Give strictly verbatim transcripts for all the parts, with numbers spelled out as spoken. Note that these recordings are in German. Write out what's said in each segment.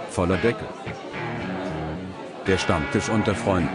Voller Deckel. Der Stammtisch unter Freunden.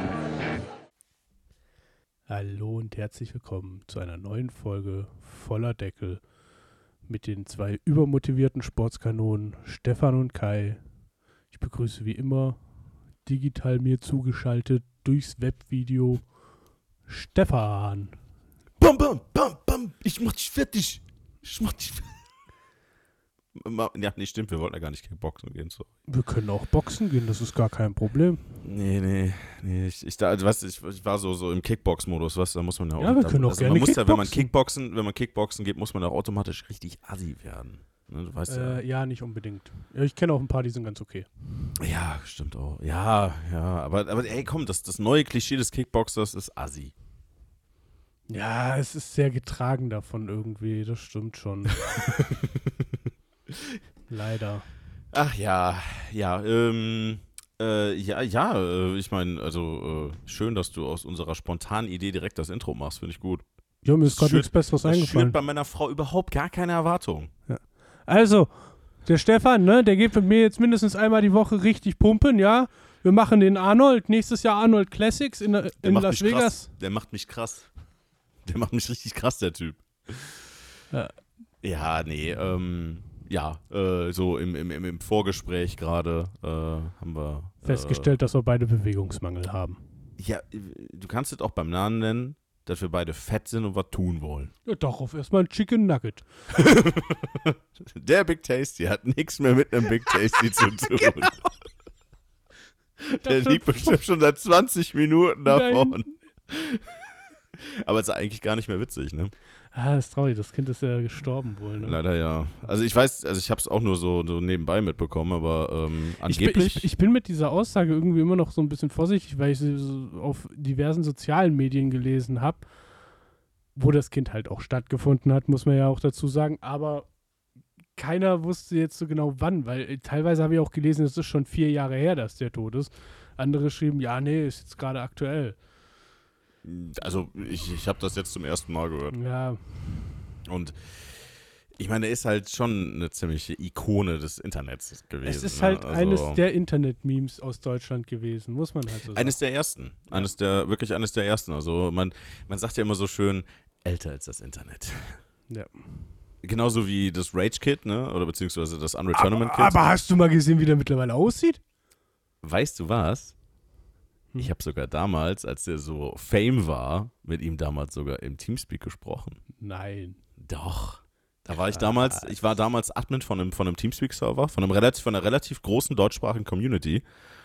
Hallo und herzlich willkommen zu einer neuen Folge Voller Deckel mit den zwei übermotivierten Sportskanonen Stefan und Kai. Ich begrüße wie immer digital mir zugeschaltet durchs Webvideo Stefan. Bam, bam, bam, bam, ich mach dich fertig. Ich mach dich fertig. Ja, nee, stimmt, wir wollten ja gar nicht Kickboxen gehen. So. Wir können auch boxen gehen, das ist gar kein Problem. Nee, nee, nee, ich, ich, da, also, weißt, ich, ich war so, so im Kickbox-Modus, weißt du, da muss man ja auch... Ja, wir da, können auch also gerne man muss Kickboxen. Ja, wenn man Kickboxen, wenn man Kickboxen geht, muss man auch automatisch richtig assi werden. Ne, du weißt Äh, ja. ja, nicht unbedingt. Ja, ich kenne auch ein paar, die sind ganz okay. Ja, stimmt auch. Ja, ja, aber, aber ey, komm, das, das neue Klischee des Kickboxers ist assi. Ja, es ist sehr getragen davon irgendwie, das stimmt schon. Leider. Ach ja, ja, ähm, äh, ja, ja, äh, ich meine, also äh, schön, dass du aus unserer spontanen Idee direkt das Intro machst, finde ich gut. Ja, mir ist gerade Schürt- nichts Besseres Das eingefallen. schürt bei meiner Frau überhaupt gar keine Erwartung. Also, der Stefan, ne, der geht mit mir jetzt mindestens einmal die Woche richtig pumpen, ja. Wir machen den Arnold, nächstes Jahr Arnold Classics in, Der in macht Las mich Vegas. krass. Der macht mich krass. Der macht mich richtig krass, der Typ. Ja. Ja, nee, ähm, ja, äh, so im, im, im im Vorgespräch gerade äh, haben wir äh, Festgestellt, dass wir beide Bewegungsmangel haben. Ja, du kannst es auch beim Namen nennen, dass wir beide fett sind und was tun wollen. Ja, darauf erstmal ein Chicken Nugget. Der Big Tasty hat nichts mehr mit einem Big Tasty zu tun. Genau. Der Das liegt stimmt. bestimmt schon seit zwanzig Minuten davon. Nein. Aber es ist eigentlich gar nicht mehr witzig, ne? Ah, das ist traurig, das Kind ist ja gestorben wohl, ne? Leider ja. Also ich weiß, also ich habe es auch nur so, so nebenbei mitbekommen, aber ähm, Ich bin, angeblich... ich, ich bin mit dieser Aussage irgendwie immer noch so ein bisschen vorsichtig, weil ich sie so auf diversen sozialen Medien gelesen habe, wo das Kind halt auch stattgefunden hat, muss man ja auch dazu sagen, aber keiner wusste jetzt so genau wann, weil äh, teilweise habe ich auch gelesen, es ist schon vier Jahre her, dass der tot ist. Andere schrieben, ja, nee, ist jetzt gerade aktuell. Also ich, ich habe das jetzt zum ersten Mal gehört. Ja, Und ich meine, er ist halt schon eine ziemliche Ikone des Internets gewesen. es ist ne? halt Also eines der Internet-Memes aus Deutschland gewesen, muss man halt so sagen. Eines der ersten. Eines der, wirklich eines der ersten. Also man, man sagt ja immer so schön, älter als das Internet. Ja. Genauso wie das Rage Kid, ne? Oder beziehungsweise das Unreal Tournament aber, Kid. aber hast du mal gesehen, wie der mittlerweile aussieht? Weißt du was? Hm. Ich habe sogar damals, als der so Fame war, mit ihm damals sogar im Teamspeak gesprochen. Nein. Doch. Da war ich damals, ich war damals Admin von einem, von einem Teamspeak-Server, von einem relativ, von einer relativ großen deutschsprachigen Community.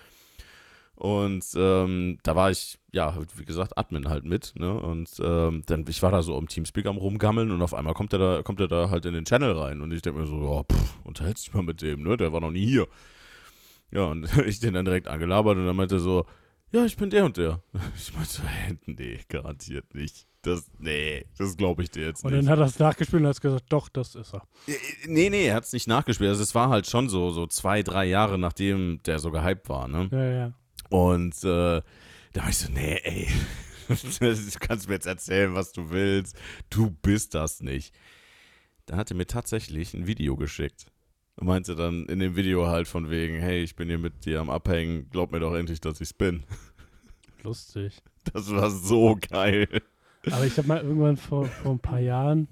Und ähm, da war ich, ja, wie gesagt, Admin halt mit, ne? Und ähm, dann, ich war da so am Teamspeak am rumgammeln und auf einmal kommt er da, kommt er da halt in den Channel rein und ich denke mir so, ja, pff, unterhältst dich mal mit dem, ne? Der war noch nie hier. Ja, und ich den dann direkt angelabert und dann meinte er so, ja, ich bin der und der. Ich meinte so, hey, nee, garantiert nicht. Das, nee, das glaube ich dir jetzt Und nicht. dann hat er es nachgespielt und hat gesagt, doch, das ist er. Nee, nee, er hat es nicht nachgespielt. Also es war halt schon so, so zwei, drei Jahre, nachdem der so gehypt war, ne? Ja, ja. Und äh, da war ich so, nee, ey, du kannst mir jetzt erzählen, was du willst. Du bist das nicht. Dann hat er mir tatsächlich ein Video geschickt. Und meinte dann in dem Video halt von wegen, hey, ich bin hier mit dir am Abhängen, glaub mir doch endlich, dass ich's bin. Lustig. Das war so geil. Aber ich habe mal irgendwann vor, vor ein paar Jahren,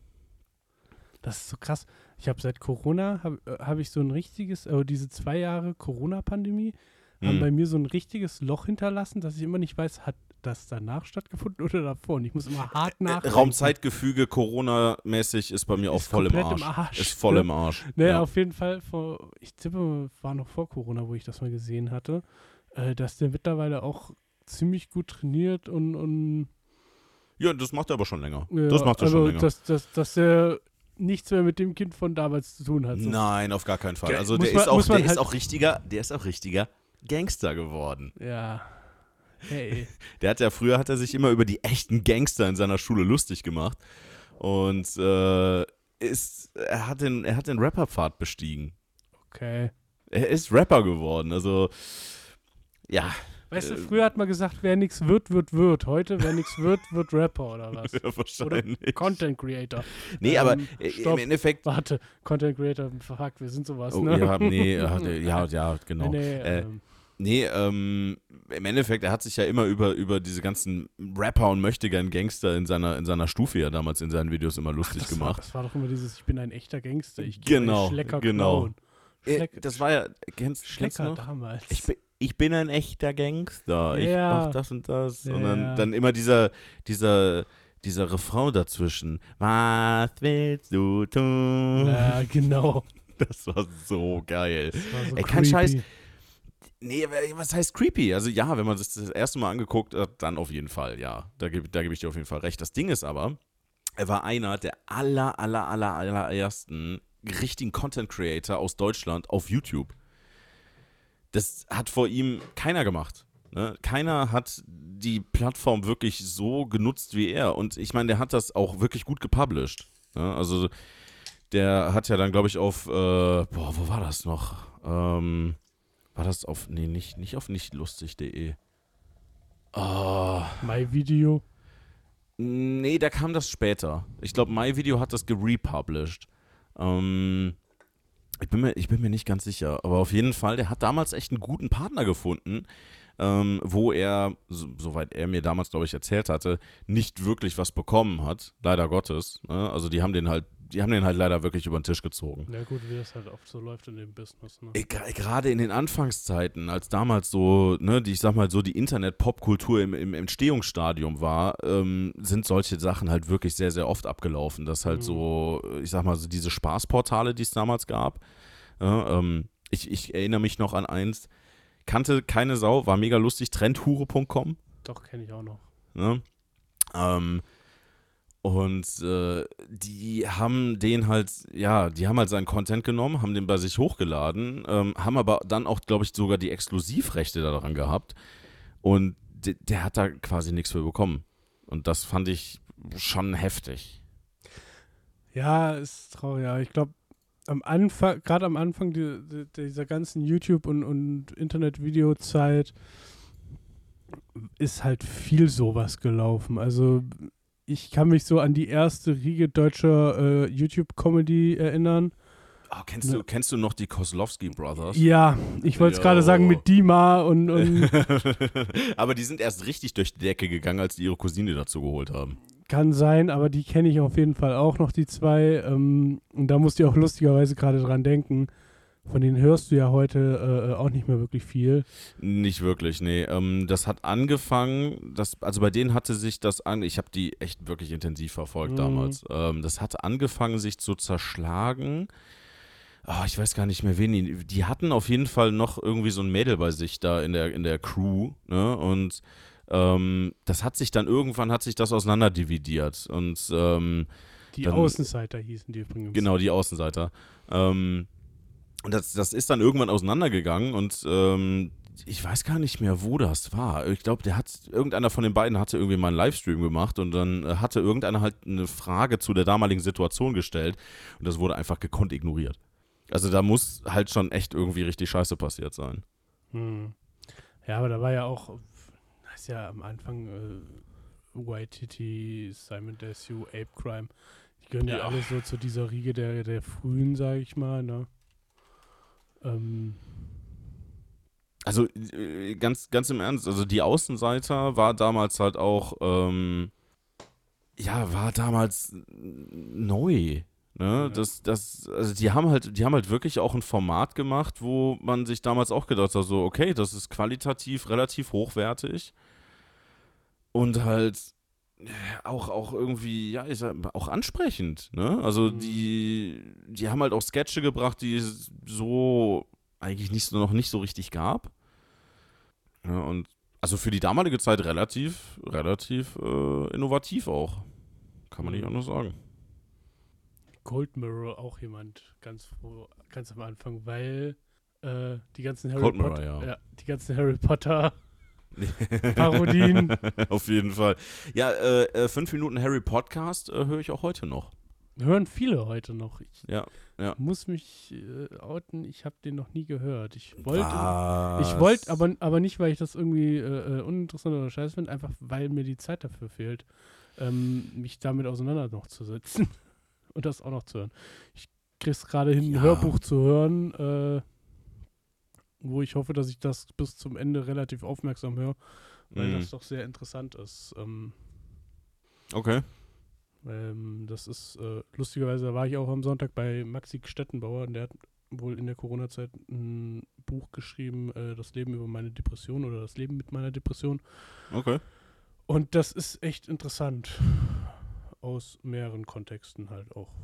das ist so krass, ich habe seit Corona, habe hab ich so ein richtiges, äh, diese zwei Jahre Corona-Pandemie, haben Mhm. bei mir so ein richtiges Loch hinterlassen, dass ich immer nicht weiß, hat das danach stattgefunden oder davor? Und ich muss immer hart nachdenken. Raumzeitgefüge Corona-mäßig ist bei mir auch Ist voll im komplett Arsch. im Arsch, Ist voll ne? im Arsch. Nee, ja. auf jeden Fall, vor, ich tippe, war noch vor Corona, wo ich das mal gesehen hatte, äh, dass der mittlerweile auch ziemlich gut trainiert und, und ja, das macht er aber schon länger. ja, das macht er also schon länger. Dass, dass, dass er nichts mehr mit dem Kind von damals zu tun hat. So. Nein, auf gar keinen Fall. Ge- Also muss der man- ist auch, muss man der halt- ist auch richtiger, der ist auch richtiger Gangster geworden. Ja. Hey. Der hat ja früher hat er sich immer über die echten Gangster in seiner Schule lustig gemacht und äh, ist er hat den er hat den Rapperpfad bestiegen. Okay. Er ist Rapper geworden. Also ja, Weißt du, äh, früher hat man gesagt, wer nichts wird, wird, wird. Heute, wer nichts wird, wird Rapper oder was? ja, Oder wahrscheinlich. Content Creator. Nee, Ähm, aber äh, stopp. im Endeffekt. Warte, Content Creator, fuck, wir sind sowas, Oh, ne? ja, nee, ja, ja, ja, genau. Nee, nee, äh, ähm, Nee, ähm, im Endeffekt, er hat sich ja immer über, über diese ganzen Rapper und möchtegern Gangster in seiner, in seiner Stufe ja damals in seinen Videos immer lustig das war, gemacht. das war doch immer dieses, ich bin ein echter Gangster, ich gehe Genau, Schlecker genau. klauen. Schleck, Äh, das war ja, kennst, kennst du Schlecker noch? damals. Ich bin, ich bin ein echter Gangster, ich Ja. mach das und das. Ja. Und dann, dann immer dieser, dieser, dieser Refrain dazwischen. Was willst du tun? Ja, genau. Das war so geil. Das war so Ey, kein creepy. Scheiß. Nee, was heißt creepy? Also ja, wenn man das das erste Mal angeguckt hat, dann auf jeden Fall, ja. Da gebe da geb ich dir auf jeden Fall recht. Das Ding ist aber, er war einer der aller, aller, aller, allerersten richtigen Content Creator aus Deutschland auf YouTube. Das hat vor ihm keiner gemacht. Ne? Keiner hat die Plattform wirklich so genutzt wie er. Und ich meine, der hat das auch wirklich gut gepublished. Ne? Also der hat ja dann, glaube ich, auf, äh, boah, wo war das noch? Ähm, war das auf, nee, nicht, nicht auf nichtlustig punkt de. Oh, My Video. nee, da kam das später. Ich glaube, MyVideo hat das gerepublished. Ähm, ich bin mir, ich bin mir nicht ganz sicher, aber auf jeden Fall, der hat damals echt einen guten Partner gefunden, ähm, wo er, so, soweit er mir damals, glaube ich, erzählt hatte, nicht wirklich was bekommen hat, leider Gottes. Ne? Also die haben den halt, die haben den halt leider wirklich über den Tisch gezogen. Na gut, wie das halt oft so läuft in dem Business. Ne? Ey, gra- Gerade in den Anfangszeiten, als damals so, ne, die, ich sag mal so, die Internet-Pop-Kultur im, im Entstehungsstadium war, ähm, sind solche Sachen halt wirklich sehr, sehr oft abgelaufen. Dass halt Mhm. so, ich sag mal, so diese Spaßportale, die es damals gab. Ja, ähm, ich, ich erinnere mich noch an eins, kannte keine Sau, war mega lustig, trendhure punkt com. Doch, kenne ich auch noch. Ne? Ähm, und äh, die haben den halt, ja, die haben halt seinen Content genommen, haben den bei sich hochgeladen, ähm, haben aber dann auch, glaube ich, sogar die Exklusivrechte daran gehabt. Und de- der hat da quasi nichts für bekommen. Und das fand ich schon heftig. Ja, ist traurig. Ja. Ich glaube, am Anfang, gerade am Anfang die, die, dieser ganzen YouTube- und, und Internet-Video-Zeit ist halt viel sowas gelaufen. Also ich kann mich so an die erste Riege deutscher äh, YouTube-Comedy erinnern. Oh, kennst, du, kennst du noch die Kozlowski Brothers? Ja, ich wollte es Jo. gerade sagen mit Dima und, und Aber die sind erst richtig durch die Decke gegangen, als die ihre Cousine dazu geholt haben. kann sein, aber die kenne ich auf jeden Fall auch noch, die zwei. Ähm, und da musste ich auch lustigerweise gerade dran denken. Von denen hörst du ja heute äh, auch nicht mehr wirklich viel. Nicht wirklich, nee. Ähm, das hat angefangen, das, also bei denen hatte sich das an, ich habe die echt wirklich intensiv verfolgt Mhm. damals. Ähm, das hatte angefangen, sich zu zerschlagen. Oh, ich weiß gar nicht mehr, wen die, die hatten auf jeden Fall noch irgendwie so ein Mädel bei sich da in der, in der Crew, ne? Und ähm, das hat sich dann, irgendwann hat sich das auseinanderdividiert. Und ähm, Die Dann- Außenseiter hießen die übrigens. genau, die Außenseiter. Ähm, und das, das ist dann irgendwann auseinandergegangen und ähm, ich weiß gar nicht mehr, wo das war. Ich glaube, der hat, irgendeiner von den beiden hatte irgendwie mal einen Livestream gemacht und dann äh, hatte irgendeiner halt eine Frage zu der damaligen Situation gestellt und das wurde einfach gekonnt ignoriert. Also da muss halt schon echt irgendwie richtig Scheiße passiert sein. Hm. Ja, aber da war ja auch, das ist ja am Anfang äh, Y T T, Simon Desue, Ape Crime. Die gehören ja, Ja. alle so zu dieser Riege der, der frühen, sage ich mal, ne? Ähm, Also äh, ganz, ganz im Ernst, also die Außenseiter war damals halt auch, ähm, ja, war damals äh, neu. Ne? Ja. Das, das, also die haben halt, die haben halt wirklich auch ein Format gemacht, wo man sich damals auch gedacht hat, so, okay, das ist qualitativ relativ hochwertig und halt äh, auch, auch irgendwie, ja, ich sag, auch ansprechend, ne? Also Mhm. die, die haben halt auch Sketche gebracht, die es so eigentlich nicht so, noch nicht so richtig gab. Ja, und also für die damalige Zeit relativ, relativ äh, innovativ auch. Kann man nicht Mhm. anders sagen. Cold Mirror auch jemand ganz froh, ganz am Anfang, weil äh, die ganzen Harry Cold Mirror, Potter, ja. die ganzen Harry Potter Parodien. Auf jeden Fall. Ja, äh, äh, fünf Minuten Harry Podcast äh, höre ich auch heute noch. Hören viele heute noch. Ich Ja, ja. muss mich äh, outen, ich habe den noch nie gehört. Ich wollte, Was? ich wollte, aber, aber nicht, weil ich das irgendwie äh, uninteressant oder scheiße finde, einfach weil mir die Zeit dafür fehlt, ähm, mich damit auseinander noch zu setzen und das auch noch zu hören. Ich krieg's gerade hin, Ja. ein Hörbuch zu hören, äh, wo ich hoffe, dass ich das bis zum Ende relativ aufmerksam höre, weil Mhm. das doch sehr interessant ist. Ähm, Okay. Ähm, das ist, äh, lustigerweise, da war ich auch am Sonntag bei Maxi Stettenbauer und der hat wohl in der Corona-Zeit ein Buch geschrieben, äh, das Leben über meine Depression oder das Leben mit meiner Depression. Okay. Und das ist echt interessant. Aus mehreren Kontexten halt auch.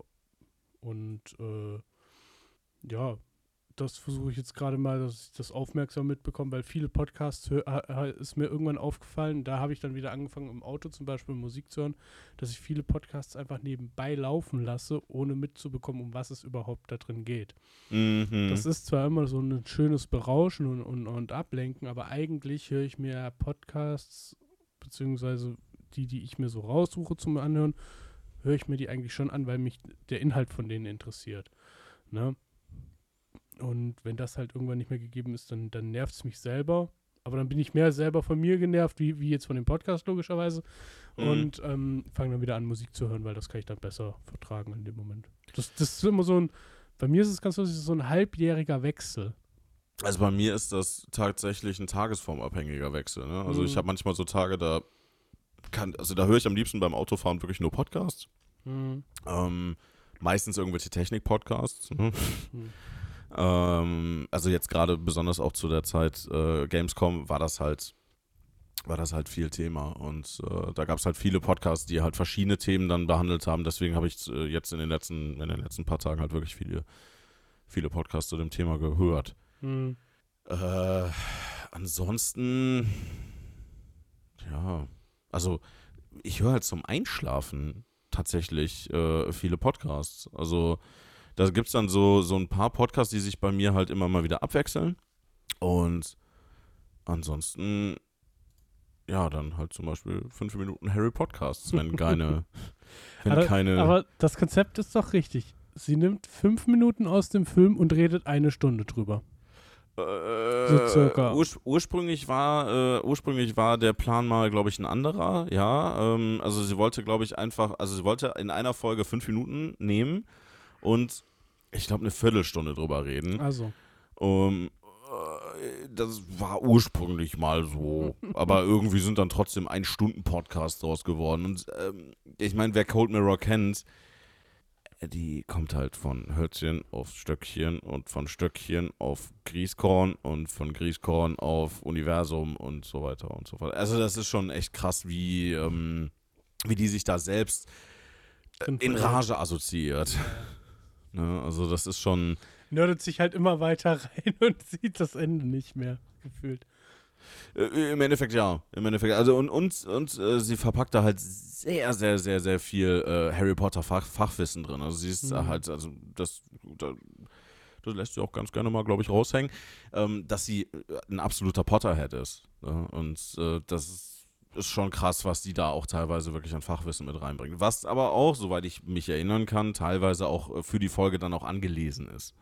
Und äh, ja, das versuche ich jetzt gerade mal, dass ich das aufmerksam mitbekomme, weil viele Podcasts hör, äh, ist mir irgendwann aufgefallen, da habe ich dann wieder angefangen im Auto zum Beispiel Musik zu hören, dass ich viele Podcasts einfach nebenbei laufen lasse, ohne mitzubekommen, um was es überhaupt da drin geht. Mhm. Das ist zwar immer so ein schönes Berauschen und, und, und Ablenken, aber eigentlich höre ich mir Podcasts, beziehungsweise die, die ich mir so raussuche zum Anhören, höre ich mir die eigentlich schon an, weil mich der Inhalt von denen interessiert. Ne? Und wenn das halt irgendwann nicht mehr gegeben ist, dann, dann nervt es mich selber. Aber dann bin ich mehr selber von mir genervt, wie, wie jetzt von dem Podcast logischerweise. Mhm. Und ähm, fange dann wieder an, Musik zu hören, weil das kann ich dann besser vertragen in dem Moment. Das, das ist immer so ein, bei mir ist es ganz lustig, so ein halbjähriger Wechsel. Also bei mir ist das tatsächlich ein tagesformabhängiger Wechsel. Ne? Also Mhm. ich habe manchmal so Tage, da kann, also da höre ich am liebsten beim Autofahren wirklich nur Podcasts. Mhm. Ähm, meistens irgendwelche Technik-Podcasts. Ne? Mhm. ähm, also jetzt gerade besonders auch zu der Zeit äh, Gamescom war das halt war das halt viel Thema und äh, da gab es halt viele Podcasts, die halt verschiedene Themen dann behandelt haben. Deswegen habe ich äh, jetzt in den letzten in den letzten paar Tagen halt wirklich viele viele Podcasts zu dem Thema gehört. Mhm. Äh, ansonsten, ja, also ich höre halt zum Einschlafen tatsächlich äh, viele Podcasts. Also da gibt es dann so, so ein paar Podcasts, die sich bei mir halt immer mal wieder abwechseln. Und ansonsten, ja, dann halt zum Beispiel fünf Minuten Harry Podcasts, wenn keine, wenn aber, keine. aber das Konzept ist doch richtig. Sie nimmt fünf Minuten aus dem Film und redet eine Stunde drüber. Äh, So circa. Urs- ursprünglich war, äh, ursprünglich war der Plan mal, glaube ich, ein anderer, ja. Ähm, also sie wollte, glaube ich, einfach, also sie wollte in einer Folge fünf Minuten nehmen und ich glaube eine Viertelstunde drüber reden. Also. Um, äh, das war ursprünglich mal so, aber irgendwie sind dann trotzdem Ein-Stunden-Podcasts draus geworden. Und ähm, ich meine, wer Cold Mirror kennt, die kommt halt von Hölzchen auf Stöckchen und von Stöckchen auf Grießkorn und von Grießkorn auf Universum und so weiter und so fort. Also das ist schon echt krass, wie, ähm, wie die sich da selbst äh, in Rage assoziiert. Ne, also das ist schon... Nördet sich halt immer weiter rein und sieht das Ende nicht mehr, gefühlt. Äh, Im Endeffekt ja. Im Endeffekt. Also und, und, und äh, sie verpackt da halt sehr, sehr, sehr, sehr viel äh, Harry Potter Fach, Fachwissen drin. Also sie ist Mhm. halt, also das, da, das lässt sie auch ganz gerne mal, glaube ich, raushängen, ähm, dass sie ein absoluter Potterhead ist. Ne? Und äh, das ist, ist schon krass, was die da auch teilweise wirklich an Fachwissen mit reinbringt. Was aber auch, soweit ich mich erinnern kann, teilweise auch äh, für die Folge dann auch angelesen ist.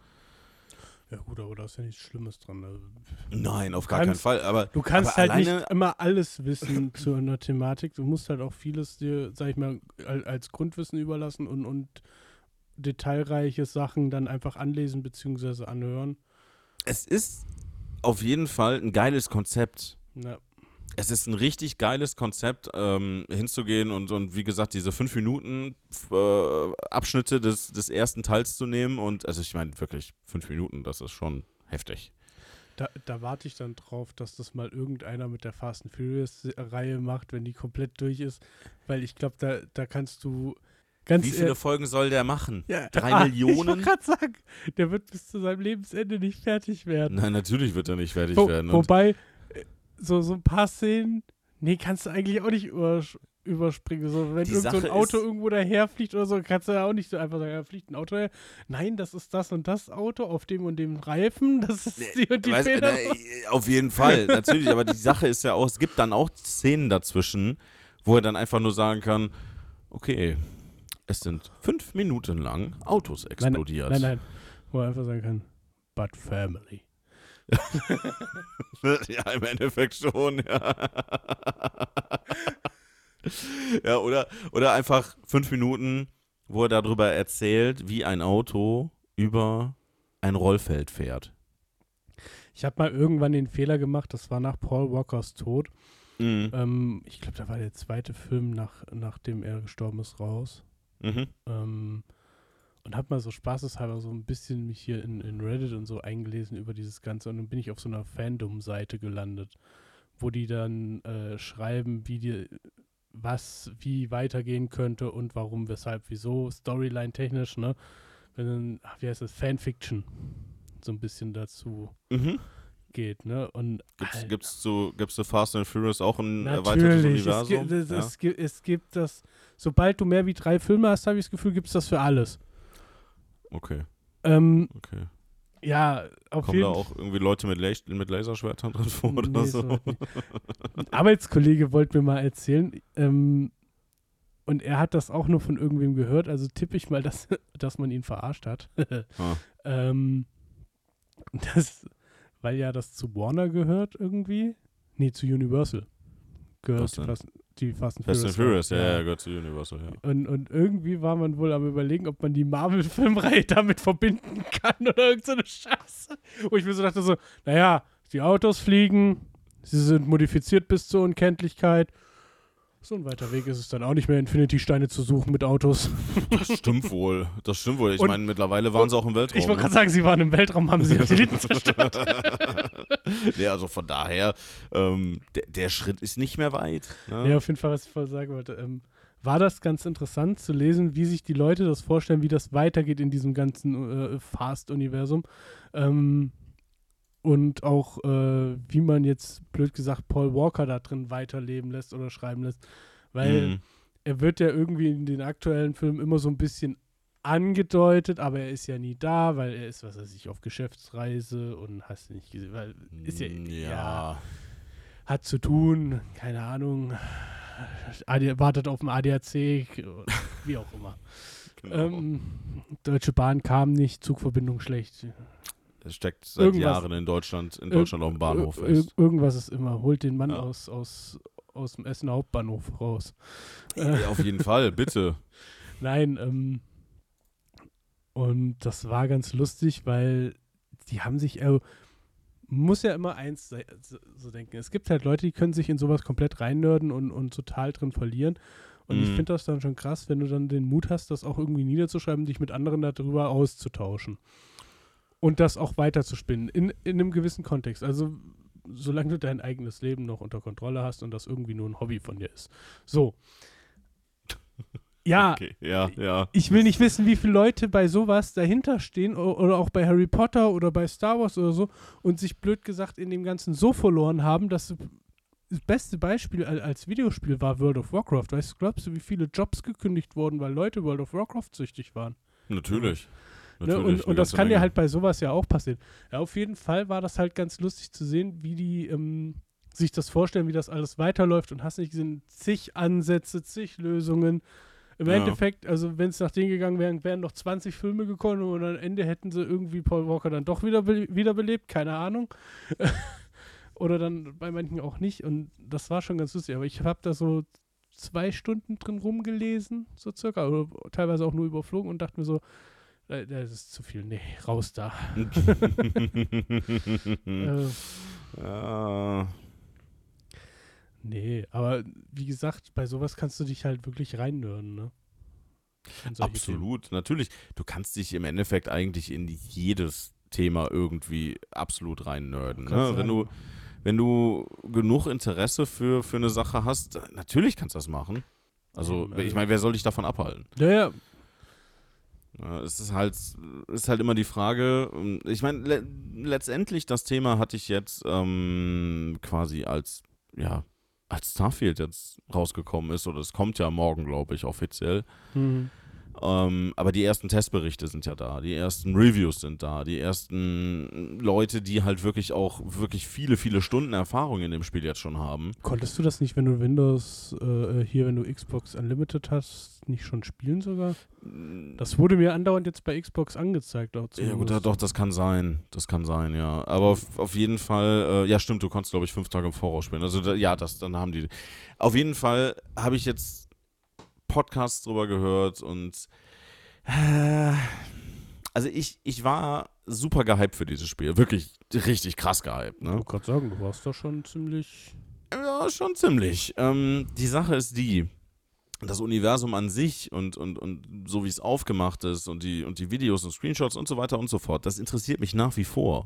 Ja gut, aber da ist ja nichts Schlimmes dran. Also, Nein, auf gar kannst- keinen Fall. Aber du kannst aber halt alleine, nicht immer alles wissen zu einer Thematik. Du musst halt auch vieles dir, sag ich mal, al- als Grundwissen überlassen und, und detailreiche Sachen dann einfach anlesen bzw. anhören. es ist auf jeden Fall ein geiles Konzept. Na, Es ist ein richtig geiles Konzept, ähm, hinzugehen und, und wie gesagt, diese fünf Minuten äh, Abschnitte des, des ersten Teils zu nehmen. Und also ich meine wirklich, fünf Minuten, das ist schon heftig. da, da warte ich dann drauf, dass das mal irgendeiner mit der Fast and Furious-Reihe macht, wenn die komplett durch ist. Weil ich glaube, da, da kannst du ganz Wie viele ehr- Folgen soll der machen? Ja, Drei ah, Ich Millionen? wollte gerade sagen, der wird bis zu seinem Lebensende nicht fertig werden. Nein, natürlich wird er nicht fertig Wo, werden. Und wobei, äh, so, so ein paar Szenen, nee, kannst du eigentlich auch nicht übers überspringen. So, wenn Die irgend so ein Sache Auto ist- irgendwo daherfliegt oder so, kannst du ja auch nicht so einfach sagen, ja, fliegt ein Auto her. Nein, das ist das und das Auto auf dem und dem Reifen, das ist die und die Weißt, Feder. äh, auf jeden Fall, natürlich, aber die Sache ist ja auch, es gibt dann auch Szenen dazwischen, wo er dann einfach nur sagen kann, okay, Es sind fünf Minuten lang Autos explodiert. Nein, nein, nein. Wo er einfach sagen kann, but family. Ja, im Endeffekt schon, ja. Ja, oder, oder einfach fünf Minuten, wo er darüber erzählt, wie ein Auto über ein Rollfeld fährt. Ich habe mal irgendwann den Fehler gemacht, das war nach Paul Walkers Tod. Mhm. Ähm, ich glaube, da war der zweite Film, nach, nachdem er gestorben ist, raus. Mhm. Ähm, und habe mal so spaßeshalber so ein bisschen mich hier in, in Reddit und so eingelesen über dieses Ganze und dann bin ich auf so einer Fandom-Seite gelandet, wo die dann äh, schreiben, wie die, was wie weitergehen könnte und warum, weshalb, wieso, Storyline-technisch, ne? Wenn dann, ach, wie heißt das, Fanfiction so ein bisschen dazu Mhm. geht, ne? Und Gibt's, Alter, gibt's zu, gibt's zu Fast and Furious auch ein erweitertes natürlich, es, Universum? gibt, es, Ja. es, gibt, es gibt das, sobald du mehr wie drei Filme hast, habe ich das Gefühl, gibt es das für alles. Okay, Ähm, okay. ja, auf Kommen da jeden auch irgendwie Leute mit, Las- mit Laserschwertern drin vor oder Nee, so? soweit nicht. Ein Arbeitskollege wollte mir mal erzählen, ähm, und er hat das auch nur von irgendwem gehört, also tippe ich mal, dass, dass man ihn verarscht hat. Ah. ähm, das, weil ja das zu Warner gehört irgendwie. Nee, zu Universal gehört Was die denn? Fast, die Fast and Fast and Furious. Furious, ja, ja, gehört zu Universal, ja. Und, und irgendwie war man wohl am Überlegen, ob man die Marvel-Filmreihe damit verbinden kann oder irgend so eine Scheiße. Wo ich mir so dachte so, naja, die Autos fliegen, sie sind modifiziert bis zur Unkenntlichkeit. So ein weiter Weg ist es dann auch nicht mehr, Infinity-Steine zu suchen mit Autos. Das stimmt wohl, das stimmt wohl. Ich Und- meine, mittlerweile waren sie auch im Weltraum. Ich wollte ne? gerade sagen, sie waren im Weltraum, haben sie Satelliten zerstört. Nee, also von daher, ähm, der, der Schritt ist nicht mehr weit. Ne? Ja, auf jeden Fall, was ich vorher sagen wollte. Ähm, war das ganz interessant zu lesen, wie sich die Leute das vorstellen, wie das weitergeht in diesem ganzen äh, Fast-Universum. Ähm, und auch, äh, wie man jetzt, blöd gesagt, Paul Walker da drin weiterleben lässt oder schreiben lässt. Weil Mhm. er wird ja irgendwie in den aktuellen Filmen immer so ein bisschen angedeutet, aber er ist ja nie da, weil er ist, was weiß ich, auf Geschäftsreise und hast nicht gesehen, weil ist ja, ja. ja hat zu tun, keine Ahnung, A D, wartet auf dem A D A C, wie auch immer. Genau. Ähm, Deutsche Bahn kam nicht, Zugverbindung schlecht. Es steckt seit irgendwas- Jahren in Deutschland, in Deutschland auf dem Bahnhof Ir- ir- fest. Irgendwas ist immer, holt den Mann Ja. aus, aus, aus dem Essener Hauptbahnhof raus. Ja, auf jeden Fall, bitte. Nein, ähm, und das war ganz lustig, weil die haben sich, äh, muss ja immer eins se- so, so denken, es gibt halt Leute, die können sich in sowas komplett reinnörden und, und total drin verlieren. Und ich Mhm. finde das dann schon krass, wenn du dann den Mut hast, das auch irgendwie niederzuschreiben, dich mit anderen darüber auszutauschen. Und das auch weiterzuspinnen, in, in einem gewissen Kontext. Also, solange du dein eigenes Leben noch unter Kontrolle hast und das irgendwie nur ein Hobby von dir ist. So. Ja, Okay, ja, ja. ich will nicht wissen, wie viele Leute bei sowas dahinter stehen o- oder auch bei Harry Potter oder bei Star Wars oder so und sich blöd gesagt in dem Ganzen so verloren haben, dass sie- das beste Beispiel al- als Videospiel war World of Warcraft. Weißt du, glaubst du, wie viele Jobs gekündigt wurden, weil Leute World of Warcraft süchtig waren? Natürlich. Ne? Natürlich, Und, eine und das ganze kann dir Menge. halt bei sowas ja auch passieren. Ja, auf jeden Fall war das halt ganz lustig zu sehen, wie die ähm, sich das vorstellen, wie das alles weiterläuft und hast nicht gesehen, zig Ansätze, zig Lösungen. Im Ja. Endeffekt, also wenn es nach denen gegangen wäre, wären noch zwanzig Filme gekommen und am Ende hätten sie irgendwie Paul Walker dann doch wieder be- wiederbelebt, keine Ahnung. Oder dann bei manchen auch nicht und das war schon ganz lustig, aber ich habe da so zwei Stunden drin rumgelesen, so circa, oder teilweise auch nur überflogen und dachte mir so, äh, das ist zu viel, nee, raus da. äh, Ja. nee, aber wie gesagt, bei sowas kannst du dich halt wirklich reinnörden, ne? In solche Absolut, natürlich. Du kannst dich im Endeffekt eigentlich in jedes Thema irgendwie absolut reinnörden. Kannst Ne? Wenn du, wenn du genug Interesse für, für eine Sache hast, natürlich kannst du das machen. Also, Eben, also- ich meine, wer soll dich davon abhalten? Themen. Ja, ja, Ja, es ist halt, ist halt immer die Frage, ähm, ich meine, le letztendlich das Thema hatte ich jetzt ähm, quasi als, ja, als Starfield jetzt rausgekommen ist, oder es kommt ja morgen, glaube ich, offiziell, mhm. Ähm, aber die ersten Testberichte sind ja da, die ersten Reviews sind da, die ersten Leute, die halt wirklich auch wirklich viele, viele Stunden Erfahrung in dem Spiel jetzt schon haben. Konntest du das nicht, wenn du Windows, äh, hier, wenn du Xbox Unlimited hast, nicht schon spielen sogar? Das wurde mir andauernd jetzt bei Xbox angezeigt. Auch Ja gut, ja, doch, das kann sein, das kann sein, ja. Aber auf, auf jeden Fall, äh, ja stimmt, du konntest glaube ich fünf Tage im Voraus spielen. Also da, ja, das, dann haben die, auf jeden Fall habe ich jetzt Podcasts drüber gehört und äh, also ich, ich war super gehypt für dieses Spiel. Wirklich richtig krass gehypt. Ne? Ich wollte gerade sagen, du warst doch schon ziemlich... Ja, schon ziemlich. Ähm, die Sache ist die, das Universum an sich und, und, und so wie es aufgemacht ist und die, und die Videos und Screenshots und so weiter und so fort, das interessiert mich nach wie vor.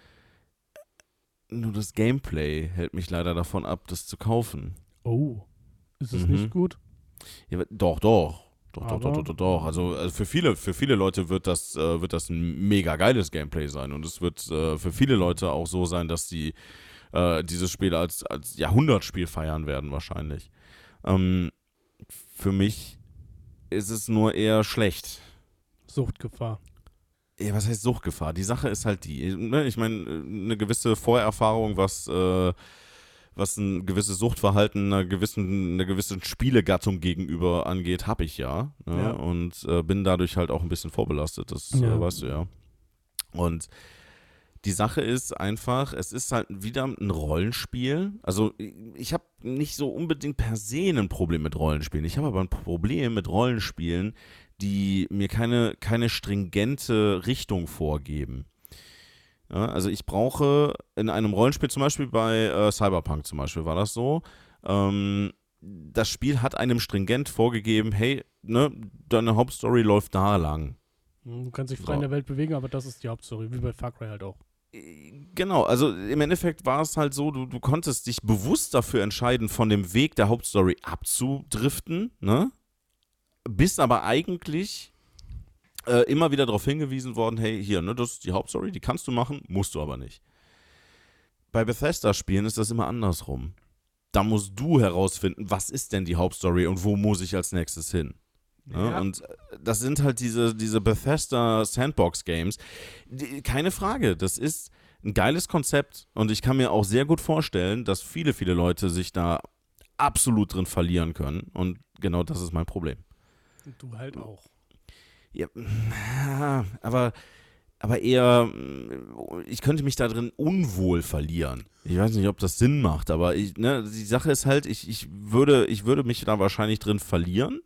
Nur das Gameplay hält mich leider davon ab, das zu kaufen. Oh, ist es Mhm. nicht gut? Ja, doch, doch. Doch, doch, Aber- doch, doch, doch, doch. Also, also für viele, für viele Leute wird das, äh, wird das ein mega geiles Gameplay sein. Und es wird äh, für viele Leute auch so sein, dass sie äh, dieses Spiel als, als Jahrhundertspiel feiern werden, wahrscheinlich. Ähm, für mich ist es nur eher schlecht. Suchtgefahr. Ja, was heißt Suchtgefahr? Die Sache ist halt die, ne, ich meine, eine gewisse Vorerfahrung, was, äh, was ein gewisses Suchtverhalten einer gewissen, einer gewissen Spielegattung gegenüber angeht, habe ich ja. Ne? Ja. Und äh, bin dadurch halt auch ein bisschen vorbelastet, das Ja. äh, weißt du ja. Und die Sache ist einfach, es ist halt wieder ein Rollenspiel. Also ich habe nicht so unbedingt per se ein Problem mit Rollenspielen. Ich habe aber ein Problem mit Rollenspielen, die mir keine, keine stringente Richtung vorgeben. Ja, also ich brauche in einem Rollenspiel, zum Beispiel bei äh, Cyberpunk zum Beispiel war das so, ähm, das Spiel hat einem stringent vorgegeben, hey, ne, deine Hauptstory läuft da lang. Hm, Du kannst dich frei So. in der Welt bewegen, aber das ist die Hauptstory, wie bei Far Cry halt auch. Genau, also im Endeffekt war es halt so, du, du konntest dich bewusst dafür entscheiden, von dem Weg der Hauptstory abzudriften, ne? Bist aber eigentlich äh, immer wieder darauf hingewiesen worden, hey, hier, ne, das ist die Hauptstory, die kannst du machen, musst du aber nicht. Bei Bethesda-Spielen ist das immer andersrum. Da musst du herausfinden, was ist denn die Hauptstory und wo muss ich als nächstes hin. Ja, Ja. und das sind halt diese, diese Bethesda Sandbox-Games. Die- Keine Frage, das ist ein geiles Konzept und ich kann mir auch sehr gut vorstellen, dass viele, viele Leute sich da absolut drin verlieren können und genau das ist mein Problem. Und du halt auch. Ja, aber, aber eher, ich könnte mich da drin unwohl verlieren. Ich weiß nicht, ob das Sinn macht, aber ich, ne, die Sache ist halt, ich, ich, würde, ich würde mich da wahrscheinlich drin verlieren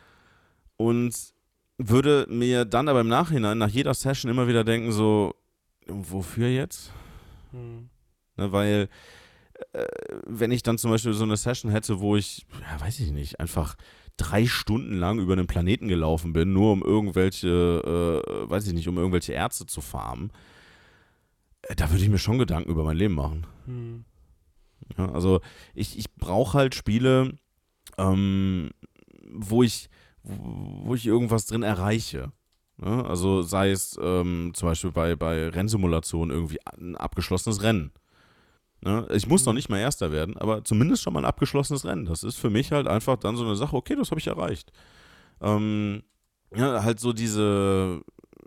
und würde mir dann aber im Nachhinein, nach jeder Session immer wieder denken, so, wofür jetzt? Hm. Ne, weil, äh, wenn ich dann zum Beispiel so eine Session hätte, wo ich, ja, weiß ich nicht, einfach drei Stunden lang über einen Planeten gelaufen bin, nur um irgendwelche, äh, weiß ich nicht, um irgendwelche Ärzte zu farmen, äh, da würde ich mir schon Gedanken über mein Leben machen. Hm. Ja, also ich, ich brauche halt Spiele, ähm, wo ich, wo, wo ich irgendwas drin erreiche. Ne? Also sei es ähm, zum Beispiel bei, bei Rennsimulationen irgendwie ein abgeschlossenes Rennen. Ne? Ich muss noch nicht mal Erster werden, aber zumindest schon mal ein abgeschlossenes Rennen. Das ist für mich halt einfach dann so eine Sache, okay, das habe ich erreicht. Ähm, ja, halt so diese,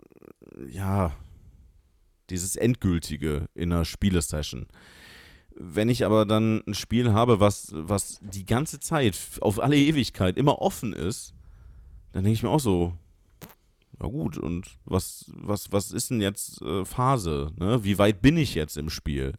ja, dieses Endgültige in einer Spielesession. Wenn ich aber dann ein Spiel habe, was, was die ganze Zeit auf alle Ewigkeit immer offen ist, dann denke ich mir auch so, ja gut, und was, was, was ist denn jetzt äh, Phase? Ne? Wie weit bin ich jetzt im Spiel?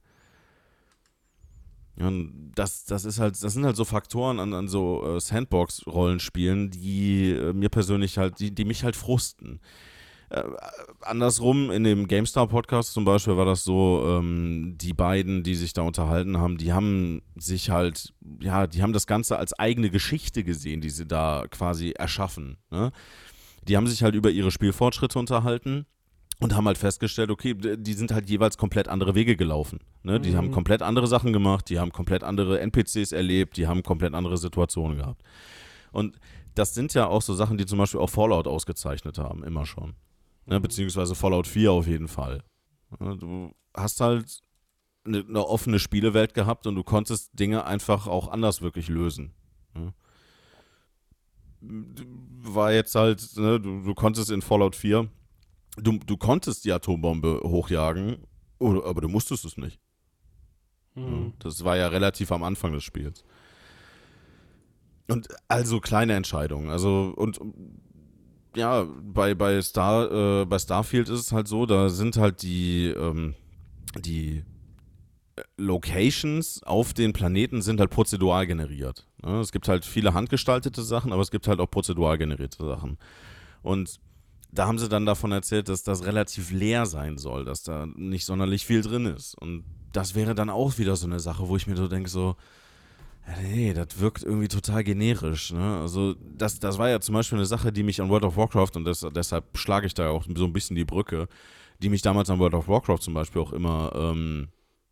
Ja, und das, das ist halt, das sind halt so Faktoren an, an so äh, Sandbox-Rollenspielen, die äh, mir persönlich halt, die, die mich halt frusten. Äh, andersrum, in dem GameStar-Podcast zum Beispiel war das so, ähm, die beiden, die sich da unterhalten haben, die haben sich halt, ja, die haben das Ganze als eigene Geschichte gesehen, die sie da quasi erschaffen. Ne? Die haben sich halt über ihre Spielfortschritte unterhalten und haben halt festgestellt, okay, die sind halt jeweils komplett andere Wege gelaufen. Ne? Die Mhm. haben komplett andere Sachen gemacht, die haben komplett andere N P Cs erlebt, die haben komplett andere Situationen gehabt. Und das sind ja auch so Sachen, die zum Beispiel auch Fallout ausgezeichnet haben, immer schon. Ne? Beziehungsweise Fallout vier auf jeden Fall. Ne? Du hast halt eine, eine offene Spielewelt gehabt und du konntest Dinge einfach auch anders wirklich lösen. Ne? war jetzt halt, ne, du, du konntest in Fallout vier, du, du konntest die Atombombe hochjagen, oder, aber du musstest es nicht. Hm. Das war ja relativ am Anfang des Spiels. Und also kleine Entscheidungen. Also, und ja, bei, bei, Star, äh, bei Starfield ist es halt so, da sind halt die, ähm, die Locations auf den Planeten sind halt prozedural generiert. Ne? Es gibt halt viele handgestaltete Sachen, aber es gibt halt auch prozedural generierte Sachen. Und da haben sie dann davon erzählt, dass das relativ leer sein soll, dass da nicht sonderlich viel drin ist. Und das wäre dann auch wieder so eine Sache, wo ich mir so denke, so, ja, nee, das wirkt irgendwie total generisch. Ne? Also das, das war ja zum Beispiel eine Sache, die mich an World of Warcraft, und das, deshalb schlage ich da auch so ein bisschen die Brücke, die mich damals an World of Warcraft zum Beispiel auch immer, ähm,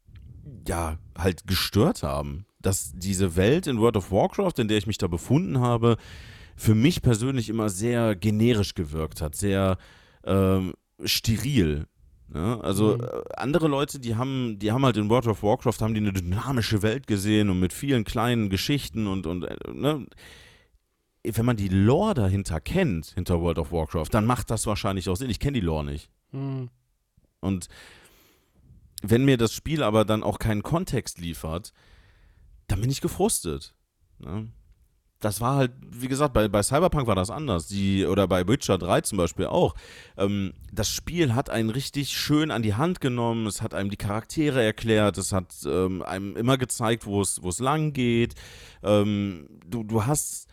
ja, halt gestört haben. Dass diese Welt in World of Warcraft, in der ich mich da befunden habe, für mich persönlich immer sehr generisch gewirkt hat, sehr ähm, steril. Ne? Also Mhm. äh, andere Leute, die haben, die haben halt in World of Warcraft haben die eine dynamische Welt gesehen und mit vielen kleinen Geschichten und, und äh, ne? Wenn man die Lore dahinter kennt, hinter World of Warcraft, dann macht das wahrscheinlich auch Sinn. Ich kenne die Lore nicht. Hm. Und wenn mir das Spiel aber dann auch keinen Kontext liefert, dann bin ich gefrustet. Ne? Das war halt, wie gesagt, bei, bei Cyberpunk war das anders. Die, oder bei Witcher drei zum Beispiel auch. Ähm, das Spiel hat einen richtig schön an die Hand genommen, es hat einem die Charaktere erklärt, es hat ähm, einem immer gezeigt, wo es, wo es lang geht. Ähm, du, du hast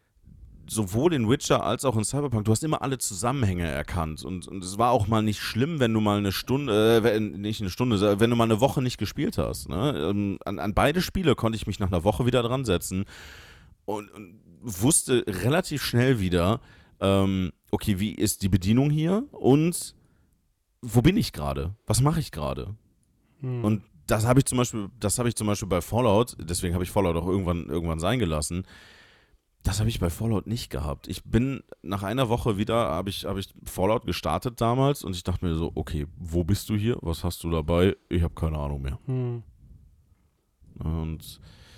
sowohl in Witcher als auch in Cyberpunk, du hast immer alle Zusammenhänge erkannt. Und, und es war auch mal nicht schlimm, wenn du mal eine Stunde, äh, nicht eine Stunde, wenn du mal eine Woche nicht gespielt hast. Ne? Ähm, an, an beide Spiele konnte ich mich nach einer Woche wieder dran setzen und, und wusste relativ schnell wieder, ähm, okay, wie ist die Bedienung hier und wo bin ich gerade? Was mache ich gerade? Hm. Und das habe ich zum Beispiel, das habe ich zum Beispiel bei Fallout, deswegen habe ich Fallout auch irgendwann, irgendwann sein gelassen. Das habe ich bei Fallout nicht gehabt. Ich bin nach einer Woche wieder, habe ich, hab ich Fallout gestartet damals und ich dachte mir so, okay, wo bist du hier? Was hast du dabei? Ich habe keine Ahnung mehr. Hm. Und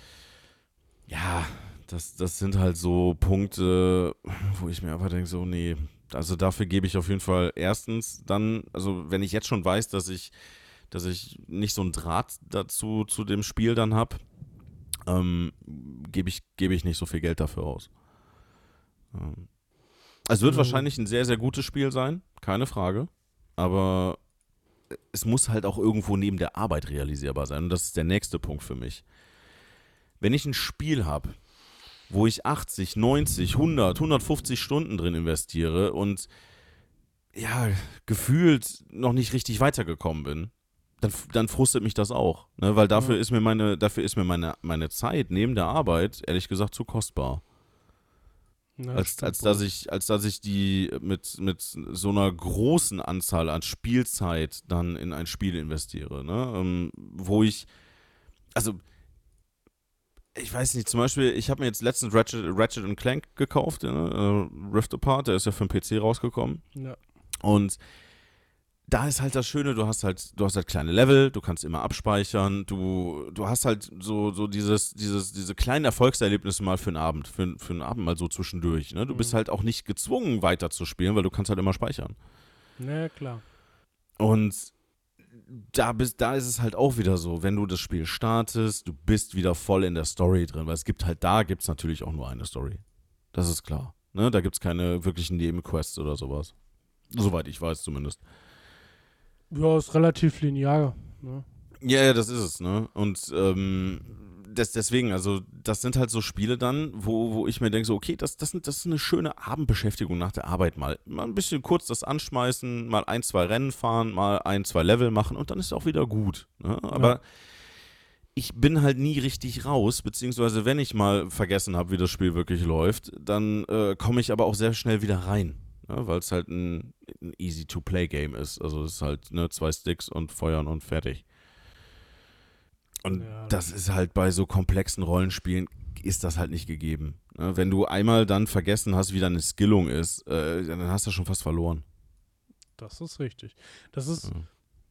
ja, das, das sind halt so Punkte, wo ich mir einfach denke, so, nee, also dafür gebe ich auf jeden Fall erstens dann, also wenn ich jetzt schon weiß, dass ich, dass ich nicht so einen Draht dazu, zu dem Spiel dann habe, ähm, gebe ich, gebe ich nicht so viel Geld dafür aus. Ähm, es wird Ja. wahrscheinlich ein sehr, sehr gutes Spiel sein, keine Frage, aber es muss halt auch irgendwo neben der Arbeit realisierbar sein und das ist der nächste Punkt für mich. Wenn ich ein Spiel habe, wo ich achtzig, neunzig, hundert, hundertfünfzig Stunden drin investiere und ja, gefühlt noch nicht richtig weitergekommen bin, dann, dann frustet mich das auch. Ne? Weil dafür Ja. ist mir, meine, dafür ist mir meine, meine Zeit neben der Arbeit, ehrlich gesagt, zu kostbar. Na, Als, stimmt als, wohl. dass ich, als dass ich die mit, mit so einer großen Anzahl an Spielzeit dann in ein Spiel investiere. Ne? Ähm, wo ich, also ich weiß nicht, zum Beispiel, ich habe mir jetzt letztens Ratchet, Ratchet and Clank gekauft, ne? äh, Rift Apart, der ist ja für den P C rausgekommen. Ja. Und da ist halt das Schöne, du hast halt, du hast halt kleine Level, du kannst immer abspeichern, du, du hast halt so, so dieses, dieses, diese kleinen Erfolgserlebnisse mal für einen Abend, für, für einen Abend mal so zwischendurch. Ne? Du bist Mhm. halt auch nicht gezwungen, weiter zu spielen, weil du kannst halt immer speichern. Na klar. Und da, bist, da ist es halt auch wieder so, wenn du das Spiel startest, du bist wieder voll in der Story drin, weil es gibt halt, da gibt es natürlich auch nur eine Story. Das ist klar. Ne? Da gibt es keine wirklichen Nebenquests oder sowas. Soweit ich weiß zumindest. Ja, ist relativ linear. Ne? Ja, ja, das ist es, ne? Und ähm, des, deswegen, also das sind halt so Spiele dann, wo, wo ich mir denke, so, okay, das, das, das ist eine schöne Abendbeschäftigung nach der Arbeit mal. Mal ein bisschen kurz das anschmeißen, mal ein, zwei Rennen fahren, mal ein, zwei Level machen und dann ist es auch wieder gut. Ne? Aber Ja. ich bin halt nie richtig raus, beziehungsweise wenn ich mal vergessen habe, wie das Spiel wirklich läuft, dann äh, komme ich aber auch sehr schnell wieder rein. Ja, weil es halt ein, ein Easy-to-Play-Game ist. Also es ist halt ne, zwei Sticks und feuern und fertig. Und Ja, das ist halt bei so komplexen Rollenspielen ist das halt nicht gegeben. Ne? Wenn du einmal dann vergessen hast, wie deine Skillung ist, äh, dann hast du schon fast verloren. Das ist richtig. Das ist, Ja.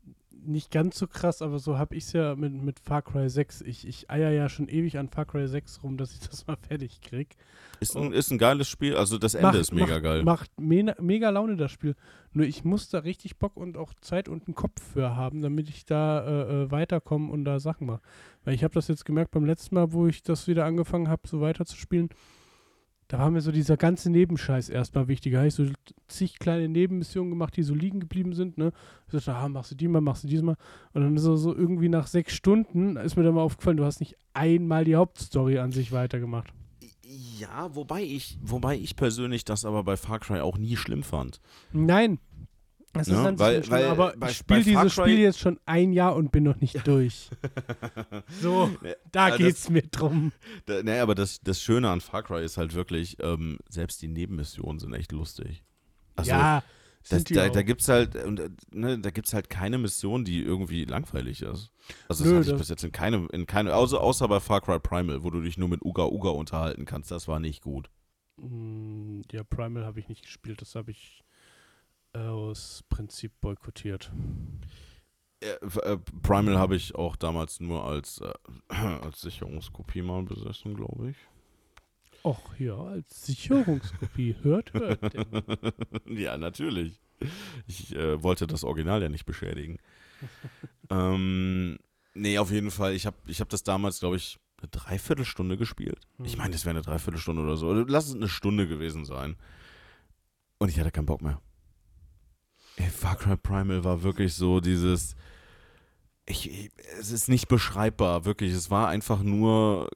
nicht ganz so krass, aber so habe ich es ja mit, mit Far Cry sechs. Ich, ich eier ja schon ewig an Far Cry sechs rum, dass ich das mal fertig krieg. Ist ein, ist ein geiles Spiel, also das Ende Macht- ist mega macht, geil. Macht mega, mega Laune, das Spiel. Nur ich muss da richtig Bock und auch Zeit und einen Kopf für haben, damit ich da äh, äh, weiterkomme und da Sachen mache. Weil ich habe das jetzt gemerkt beim letzten Mal, wo ich das wieder angefangen habe, so weiterzuspielen. Da war mir so dieser ganze Nebenscheiß erstmal wichtiger. Habe ich so zig kleine Nebenmissionen gemacht, die so liegen geblieben sind. Ne? Ich dachte, ah, machst du die mal, machst du dies mal. Und dann so, so irgendwie nach sechs Stunden ist mir dann mal aufgefallen, du hast nicht einmal die Hauptstory an sich weitergemacht. Ja, wobei ich, wobei ich persönlich das aber bei Far Cry auch nie schlimm fand. Nein. Das Ne? ist an sich Weil- nicht schlimm, weil aber bei- ich spiele bei Far dieses Cry- Spiel jetzt schon ein Jahr und bin noch nicht durch. So, da Ja, geht's mir drum. Da, naja, aber das, das Schöne an Far Cry ist halt wirklich, ähm, selbst die Nebenmissionen sind echt lustig. Also, ja, das, sind die da, auch. da gibt's halt, und, äh, ne, da gibt's halt keine Mission, die irgendwie langweilig ist. Also das Nö, hatte ich das- bis jetzt in keinem, in keinem, außer, außer bei Far Cry Primal, wo du dich nur mit Uga Uga unterhalten kannst, das war nicht gut. Mm, Ja, Primal habe ich nicht gespielt, das habe ich aus Prinzip boykottiert. Äh, äh, Primal habe ich auch damals nur als, äh, als Sicherungskopie mal besessen, glaube ich. Och, ja, als Sicherungskopie. Hört, hört. Der Mann. Ja, natürlich. Ich äh, wollte das Original ja nicht beschädigen. ähm, nee, auf jeden Fall. Ich habe ich hab das damals, glaube ich, eine Dreiviertelstunde gespielt. Ich Hm. meine, das wäre eine Dreiviertelstunde oder so. Oder lass es eine Stunde gewesen sein. Und ich hatte keinen Bock mehr. Ey, Far Cry Primal war wirklich so dieses. Ich, ich, es ist nicht beschreibbar, wirklich. Es war einfach nur.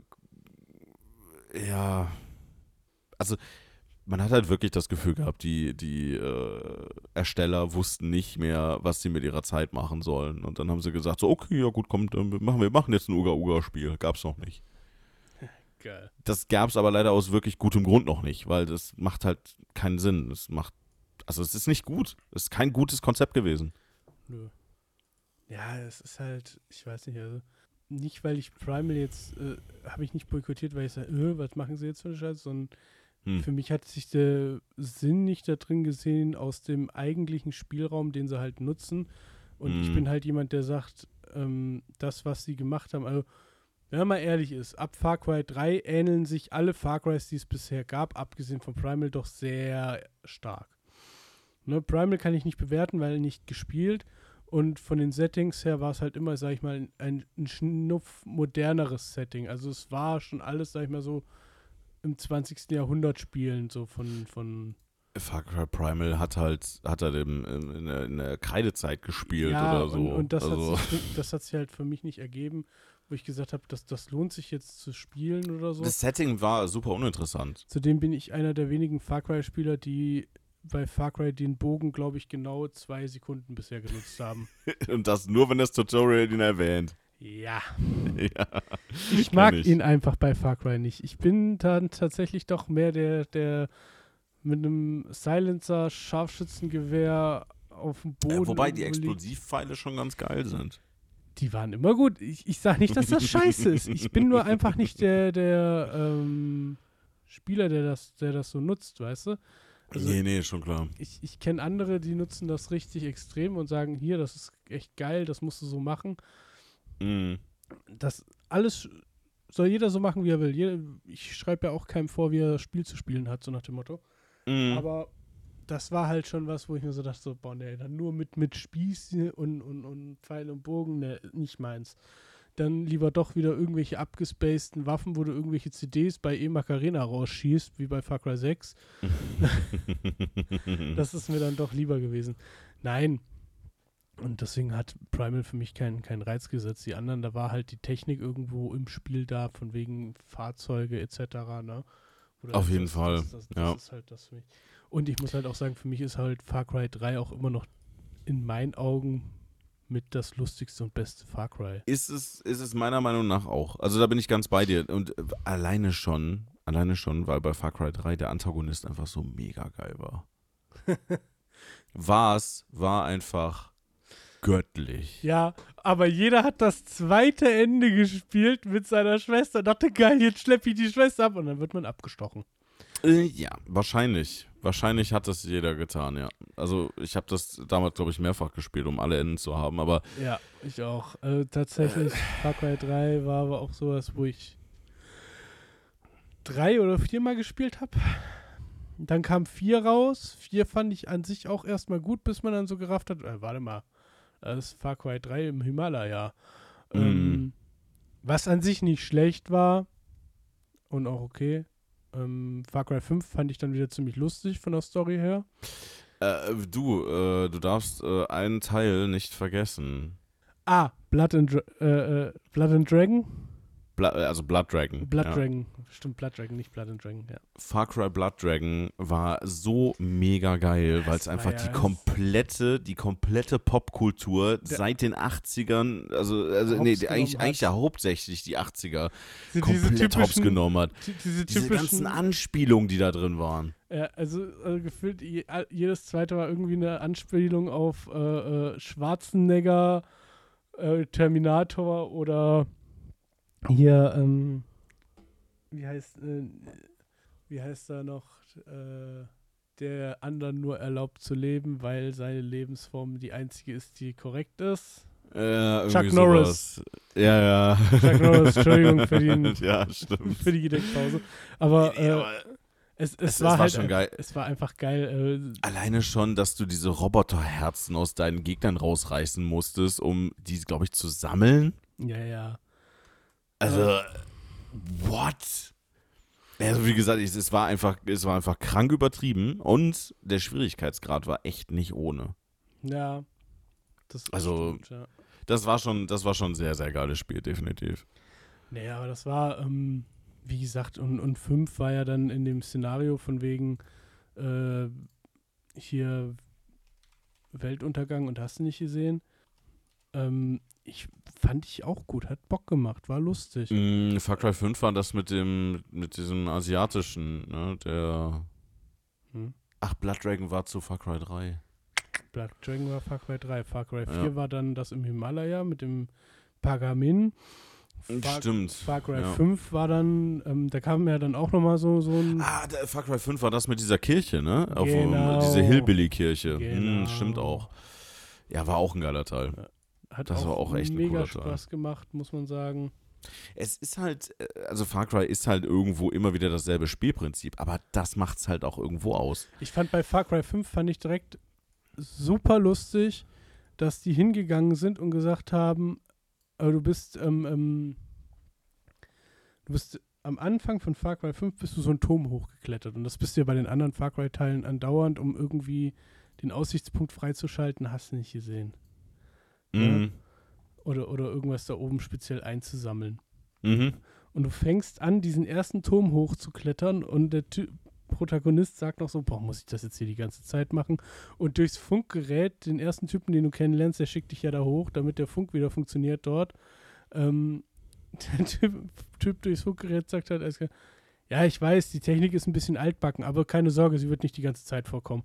Ja. Also, man hat halt wirklich das Gefühl gehabt, die, die äh, Ersteller wussten nicht mehr, was sie mit ihrer Zeit machen sollen. Und dann haben sie gesagt: so, okay, ja gut, kommt, äh, wir machen, wir machen jetzt ein Uga-Uga-Spiel. Gab's noch nicht. Geil. Das gab's aber leider aus wirklich gutem Grund noch nicht, weil das macht halt keinen Sinn. Es macht. Also, es ist nicht gut. Es ist kein gutes Konzept gewesen. Nö. Ja, es ist halt, ich weiß nicht, also nicht, weil ich Primal jetzt, äh, habe ich nicht boykottiert, weil ich sage, äh, was machen sie jetzt für eine Scheiße, sondern Hm. für mich hat sich der Sinn nicht da drin gesehen aus dem eigentlichen Spielraum, den sie halt nutzen. Und ich Mhm. bin halt jemand, der sagt, ähm, das, was sie gemacht haben, also wenn man mal ehrlich ist, ab Far Cry drei ähneln sich alle Far Crys, die es bisher gab, abgesehen von Primal, doch sehr stark. Ne, Primal kann ich nicht bewerten, weil nicht gespielt. Und von den Settings her war es halt immer, sag ich mal, ein, ein Schnuff moderneres Setting. Also es war schon alles, sag ich mal so, im zwanzigsten Jahrhundert spielen, so von, von Far Cry Primal hat halt, hat er in, in, der- in der Kreidezeit gespielt ja, oder so. und, und das, also, hat sich, für- das hat sich halt für mich nicht ergeben, wo ich gesagt habe, das, das lohnt sich jetzt zu spielen oder so. das Setting war super uninteressant. Zudem bin ich einer der wenigen Far Cry-Spieler, die bei Far Cry den Bogen, glaube ich, genau zwei Sekunden bisher genutzt haben. Und das nur, wenn das Tutorial ihn erwähnt. Ja. Ja. Ich mag ich. ihn einfach bei Far Cry nicht. Ich bin dann tatsächlich doch mehr der, der mit einem Silencer, Scharfschützengewehr auf dem Boden. Äh, wobei die irgendwo liegt. Explosivpfeile schon ganz geil sind. Die waren immer gut. Ich, ich sage nicht, dass das scheiße ist. Ich bin nur einfach nicht der, der ähm, Spieler, der das, der das so nutzt, weißt du? Also nee, nee, schon klar. ich, ich kenne andere, die nutzen das richtig extrem und sagen, hier, das ist echt geil, das musst du so machen. Mhm. Das alles soll jeder so machen, wie er will. Jeder, ich schreibe ja auch keinem vor, wie er das Spiel zu spielen hat, so nach dem Motto. Mhm. Aber das war halt schon was, wo ich mir so dachte, so, boah, nee, dann nur mit, mit Spieß und, und, und Pfeil und Bogen, ne, nicht meins. Dann lieber doch wieder irgendwelche abgespaceden Waffen, wo du irgendwelche C Ds bei E-Macarena rausschießt, wie bei Far Cry sechs. Das ist mir dann doch lieber gewesen. Nein. Und deswegen hat Primal für mich keinen keinen Reiz gesetzt. Die anderen, da war halt die Technik irgendwo im Spiel da, von wegen Fahrzeuge et cetera. Ne? Oder Auf das, jeden das, Fall, Das, das, das ja. ist halt das für mich. Und ich muss halt auch sagen, für mich ist halt Far Cry drei auch immer noch in meinen Augen mit das lustigste und beste Far Cry. Ist es, ist es meiner Meinung nach auch. Also da bin ich ganz bei dir. Und äh, alleine schon, alleine schon, weil bei Far Cry drei der Antagonist einfach so mega geil war. War's, war einfach göttlich. Ja, aber jeder hat das zweite Ende gespielt mit seiner Schwester. Dachte, geil, jetzt schlepp ich die Schwester ab und dann wird man abgestochen. Äh, ja, wahrscheinlich. Wahrscheinlich hat das jeder getan, ja. Also ich habe das damals, glaube ich, mehrfach gespielt, um alle Enden zu haben, aber Ja, ich auch. Äh, tatsächlich, Far Cry drei war aber auch sowas, wo ich drei oder viermal gespielt habe. Dann kam vier raus. vier fand ich an sich auch erstmal gut, bis man dann so gerafft hat, äh, warte mal, das ist Far Cry drei im Himalaya. Mm. Ähm, was an sich nicht schlecht war und auch okay. Ähm, Far Cry fünf fand ich dann wieder ziemlich lustig von der Story her. äh, du, äh, du darfst äh, einen Teil nicht vergessen. Ah, Blood and, Dra- äh, äh, Blood and Dragon? Bla- also Blood Dragon. Blood ja. Dragon. Stimmt, Blood Dragon, nicht Blood and Dragon, ja. Far Cry Blood Dragon war so mega geil, weil es war einfach ja die das- komplette, die komplette Popkultur Der- seit den achtzigern, also, also nee, Hops die- eigentlich, genommen eigentlich hat. ja hauptsächlich die achtziger, Diese komplett hops typischen- genommen hat. Die- Diese Diese typischen, ganzen Anspielungen, die da drin waren. ja, also, also gefühlt je, all- jedes zweite war irgendwie eine Anspielung auf äh, äh, Schwarzenegger, äh, Terminator oder hier, ähm, wie heißt, äh, wie heißt er noch, äh, der anderen nur erlaubt zu leben, weil seine Lebensform die einzige ist, die korrekt ist. Ja, irgendwie Chuck Norris. sowas. Ja, ja. Chuck Norris, Entschuldigung für die, Ja, stimmt. für die Gedenkpause. Aber, Nee, äh, aber es, es, es- war es war halt, schon geil. es war einfach geil. Äh, Alleine schon, dass du diese Roboterherzen aus deinen Gegnern rausreißen musstest, um die, glaube ich, zu sammeln. ja, ja. Also, what? Also, wie gesagt, es, es, war einfach, es war einfach krank übertrieben und der Schwierigkeitsgrad war echt nicht ohne. Ja. Das Also- stimmt, ja. Das war schon, das war schon ein sehr, sehr geiles Spiel, definitiv. Naja, aber das war, ähm, wie gesagt, und, und fünf war ja dann in dem Szenario von wegen äh, hier Weltuntergang und hast du nicht gesehen. Ähm, ich fand ich auch gut, hat Bock gemacht, war lustig. Mm, Far Cry fünf war das mit dem, mit diesem asiatischen, ne, der, Hm? ach, Blood Dragon war zu Far Cry drei. Blood Dragon war Far Cry drei, Far Cry vier Ja. war dann das im Himalaya mit dem Pagamin. Far, Stimmt. Far Cry ja. fünf war dann, ähm, da kam ja dann auch nochmal so, so ein... Ah, der Far Cry fünf war das mit dieser Kirche, ne? Auf, um, Genau. diese Hillbilly-Kirche. Genau. Hm, stimmt auch. Ja, war auch ein geiler Teil. Hat Das war auch echt ein mega cooler Teil. Spaß gemacht, muss man sagen. Es ist halt, äh, also Far Cry ist halt irgendwo immer wieder dasselbe Spielprinzip, aber das macht's halt auch irgendwo aus. Ich fand bei Far Cry fünf fand ich direkt super lustig, dass die hingegangen sind und gesagt haben, äh, du bist, ähm, ähm, du bist am Anfang von Far Cry fünf bist du so einen Turm hochgeklettert und das bist du ja bei den anderen Far Cry Teilen andauernd, um irgendwie den Aussichtspunkt freizuschalten, hast du nicht gesehen. Mhm. Oder, oder irgendwas da oben speziell einzusammeln. Mhm. Und du fängst an, diesen ersten Turm hochzuklettern und der Ty- Protagonist sagt noch so, boah, muss ich das jetzt hier die ganze Zeit machen? Und durchs Funkgerät, den ersten Typen, den du kennenlernst, der schickt dich ja da hoch, damit der Funk wieder funktioniert dort. Ähm, der Typ, Typ durchs Funkgerät sagt halt, alles klar, ja, ich weiß, die Technik ist ein bisschen altbacken, aber keine Sorge, sie wird nicht die ganze Zeit vorkommen.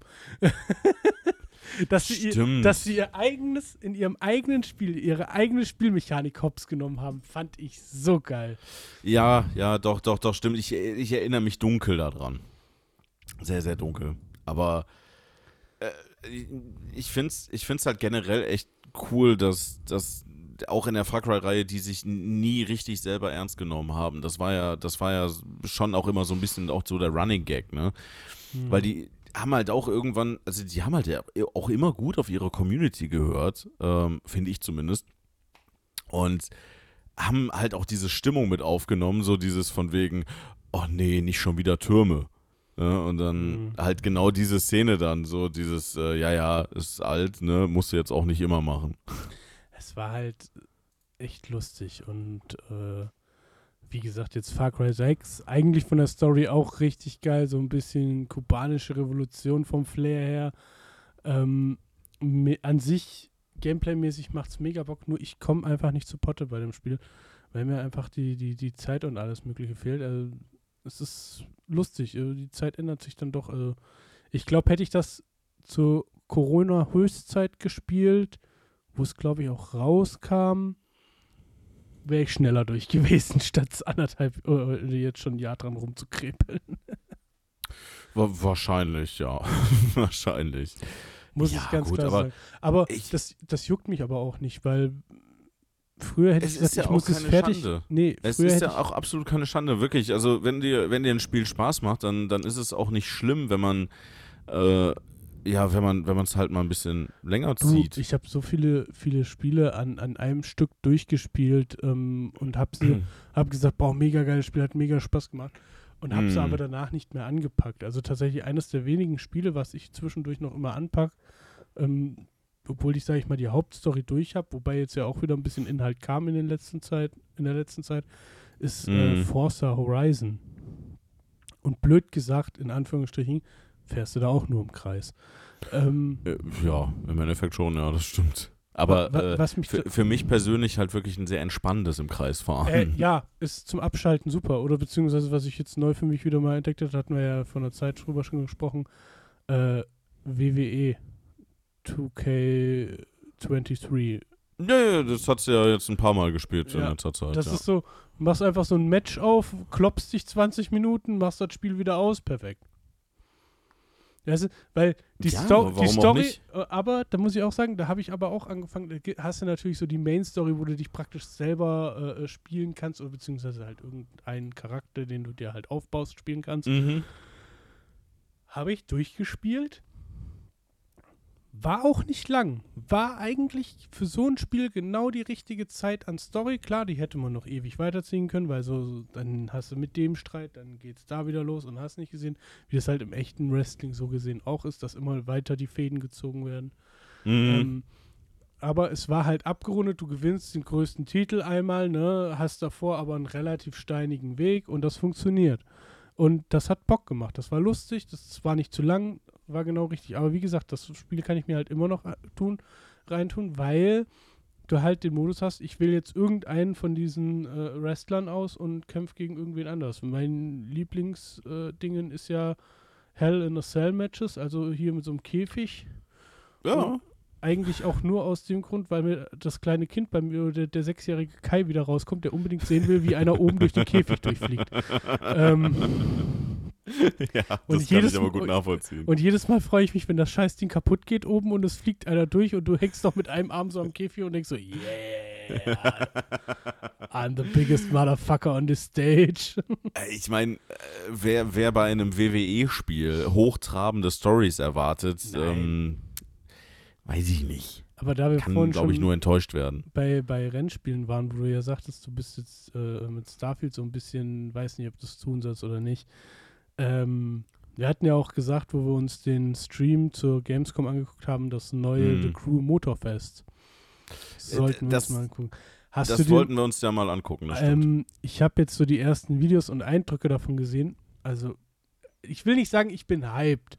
dass, sie ihr, Stimmt. dass sie ihr eigenes, in ihrem eigenen Spiel, ihre eigene Spielmechanik hops genommen haben, fand ich so geil. Ja, ja, doch, doch, doch, stimmt. Ich, ich erinnere mich dunkel daran. Sehr, sehr dunkel. Aber äh, ich finde es ich find's halt generell echt cool, dass, dass auch in der Far Cry-Reihe, die sich nie richtig selber ernst genommen haben. Das war ja, das war ja schon auch immer so ein bisschen auch so der Running Gag, ne? Hm. Weil die haben halt auch irgendwann, also die haben halt ja auch immer gut auf ihre Community gehört, ähm, finde ich zumindest. Und haben halt auch diese Stimmung mit aufgenommen, so dieses von wegen, oh nee, nicht schon wieder Türme. Ja, und dann Mhm. halt genau diese Szene dann, so dieses, äh, ja, ja, ist alt, ne, musst du jetzt auch nicht immer machen. Es war halt echt lustig und äh, wie gesagt, jetzt Far Cry sechs, eigentlich von der Story auch richtig geil, so ein bisschen kubanische Revolution vom Flair her. Ähm, me- an sich, Gameplay-mäßig macht es mega Bock, nur ich komme einfach nicht zu Potte bei dem Spiel, weil mir einfach die, die, die Zeit und alles Mögliche fehlt. Also, es ist lustig, also die Zeit ändert sich dann doch. Also, ich glaube, hätte ich das zur Corona-Höchstzeit gespielt, wo es, glaube ich, auch rauskam, wäre ich schneller durch gewesen, statt anderthalb oder jetzt schon ein Jahr dran rumzukrepeln. Wa- wahrscheinlich, ja. Wahrscheinlich. Muss Ja, ich ganz gut, klar aber sagen. Aber ich- das, das juckt mich aber auch nicht, weil früher hätte Es ich ist gesagt, ja ich auch muss es keine fertig. Schande. Nee, Es früher ist hätte ja auch absolut keine Schande, wirklich. Also wenn dir, wenn dir ein Spiel Spaß macht, dann, dann ist es auch nicht schlimm, wenn man äh, ja, wenn man, wenn man es halt mal ein bisschen länger Du, zieht. ich habe so viele, viele Spiele an, an einem Stück durchgespielt ähm, und habe sie, hab gesagt, boah, mega geiles Spiel, hat mega Spaß gemacht. Und habe sie Mm. aber danach nicht mehr angepackt. Also tatsächlich eines der wenigen Spiele, was ich zwischendurch noch immer anpacke, ähm, obwohl ich, sage ich mal, die Hauptstory durch habe, wobei jetzt ja auch wieder ein bisschen Inhalt kam in, den letzten Zeit, in der letzten Zeit, ist äh, Mm. Forza Horizon. Und blöd gesagt, in Anführungsstrichen, fährst du da auch nur im Kreis. Ähm, Äh, ja, im Endeffekt schon, ja, das stimmt. Aber wa- äh, was mich für, für mich persönlich halt wirklich ein sehr entspannendes im Kreis fahren. Äh, ja, ist zum Abschalten super. Oder beziehungsweise, was ich jetzt neu für mich wieder mal entdeckt habe, hatten wir ja vor einer Zeit drüber schon gesprochen, äh, W W E zwei K dreiundzwanzig. Ja, ja, das hat sie ja jetzt ein paar Mal gespielt in Ja, letzter Zeit. Das ja. ist so, du machst einfach so ein Match auf, klopfst dich zwanzig Minuten, machst das Spiel wieder aus, perfekt. Das ist, weil die, Ja, Sto aber die warum auch Story, nicht? äh, aber da muss ich auch sagen, da habe ich aber auch angefangen, da ge- hast du natürlich so die Main-Story, wo du dich praktisch selber äh, äh, spielen kannst, oder beziehungsweise halt irgendeinen Charakter, den du dir halt aufbaust, spielen kannst. Mhm. Habe ich durchgespielt. War auch nicht lang. War eigentlich für so ein Spiel genau die richtige Zeit an Story. Klar, die hätte man noch ewig weiterziehen können, weil so, so dann hast du mit dem Streit, dann geht's da wieder los und hast nicht gesehen, wie das halt im echten Wrestling so gesehen auch ist, dass immer weiter die Fäden gezogen werden. Mhm. Ähm, aber es war halt abgerundet, du gewinnst den größten Titel einmal, ne, hast davor aber einen relativ steinigen Weg und das funktioniert. Und das hat Bock gemacht. Das war lustig, das war nicht zu lang, war genau richtig. Aber wie gesagt, das Spiel kann ich mir halt immer noch tun, reintun, weil du halt den Modus hast, ich wähle jetzt irgendeinen von diesen äh, Wrestlern aus und kämpfe gegen irgendwen anders. Mein Lieblingsdingen ist ja Hell in a Cell Matches, also hier mit so einem Käfig. ja. Eigentlich auch nur aus dem Grund, weil mir das kleine Kind bei mir, der, der sechsjährige Kai wieder rauskommt, der unbedingt sehen will, wie einer oben durch den Käfig durchfliegt. ähm, ja, das und kann jedes ich aber Mal- gut nachvollziehen. und jedes Mal freue ich mich, wenn das Scheißding kaputt geht oben und es fliegt einer durch und du hängst doch mit einem Arm so am Käfig und denkst so, yeah, I'm the biggest motherfucker on the stage. Äh, Ich meine, äh, wer, wer bei einem W W E-Spiel hochtrabende Stories erwartet, ähm, weiß ich nicht. Aber da wir Kann, vorhin glaube ich, schon nur enttäuscht werden. bei, bei Rennspielen waren, wo du ja sagtest, du bist jetzt äh, mit Starfield so ein bisschen, weiß nicht, ob du es tun sollst oder nicht. Ähm, wir hatten ja auch gesagt, wo wir uns den Stream zur Gamescom angeguckt haben, das neue Hm. The Crew Motorfest. Das sollten wir das- uns mal angucken. Hast Das du den, wollten wir uns ja mal angucken, das stimmt. ähm, ich habe jetzt so die ersten Videos und Eindrücke davon gesehen. Also, ich will nicht sagen, ich bin hyped.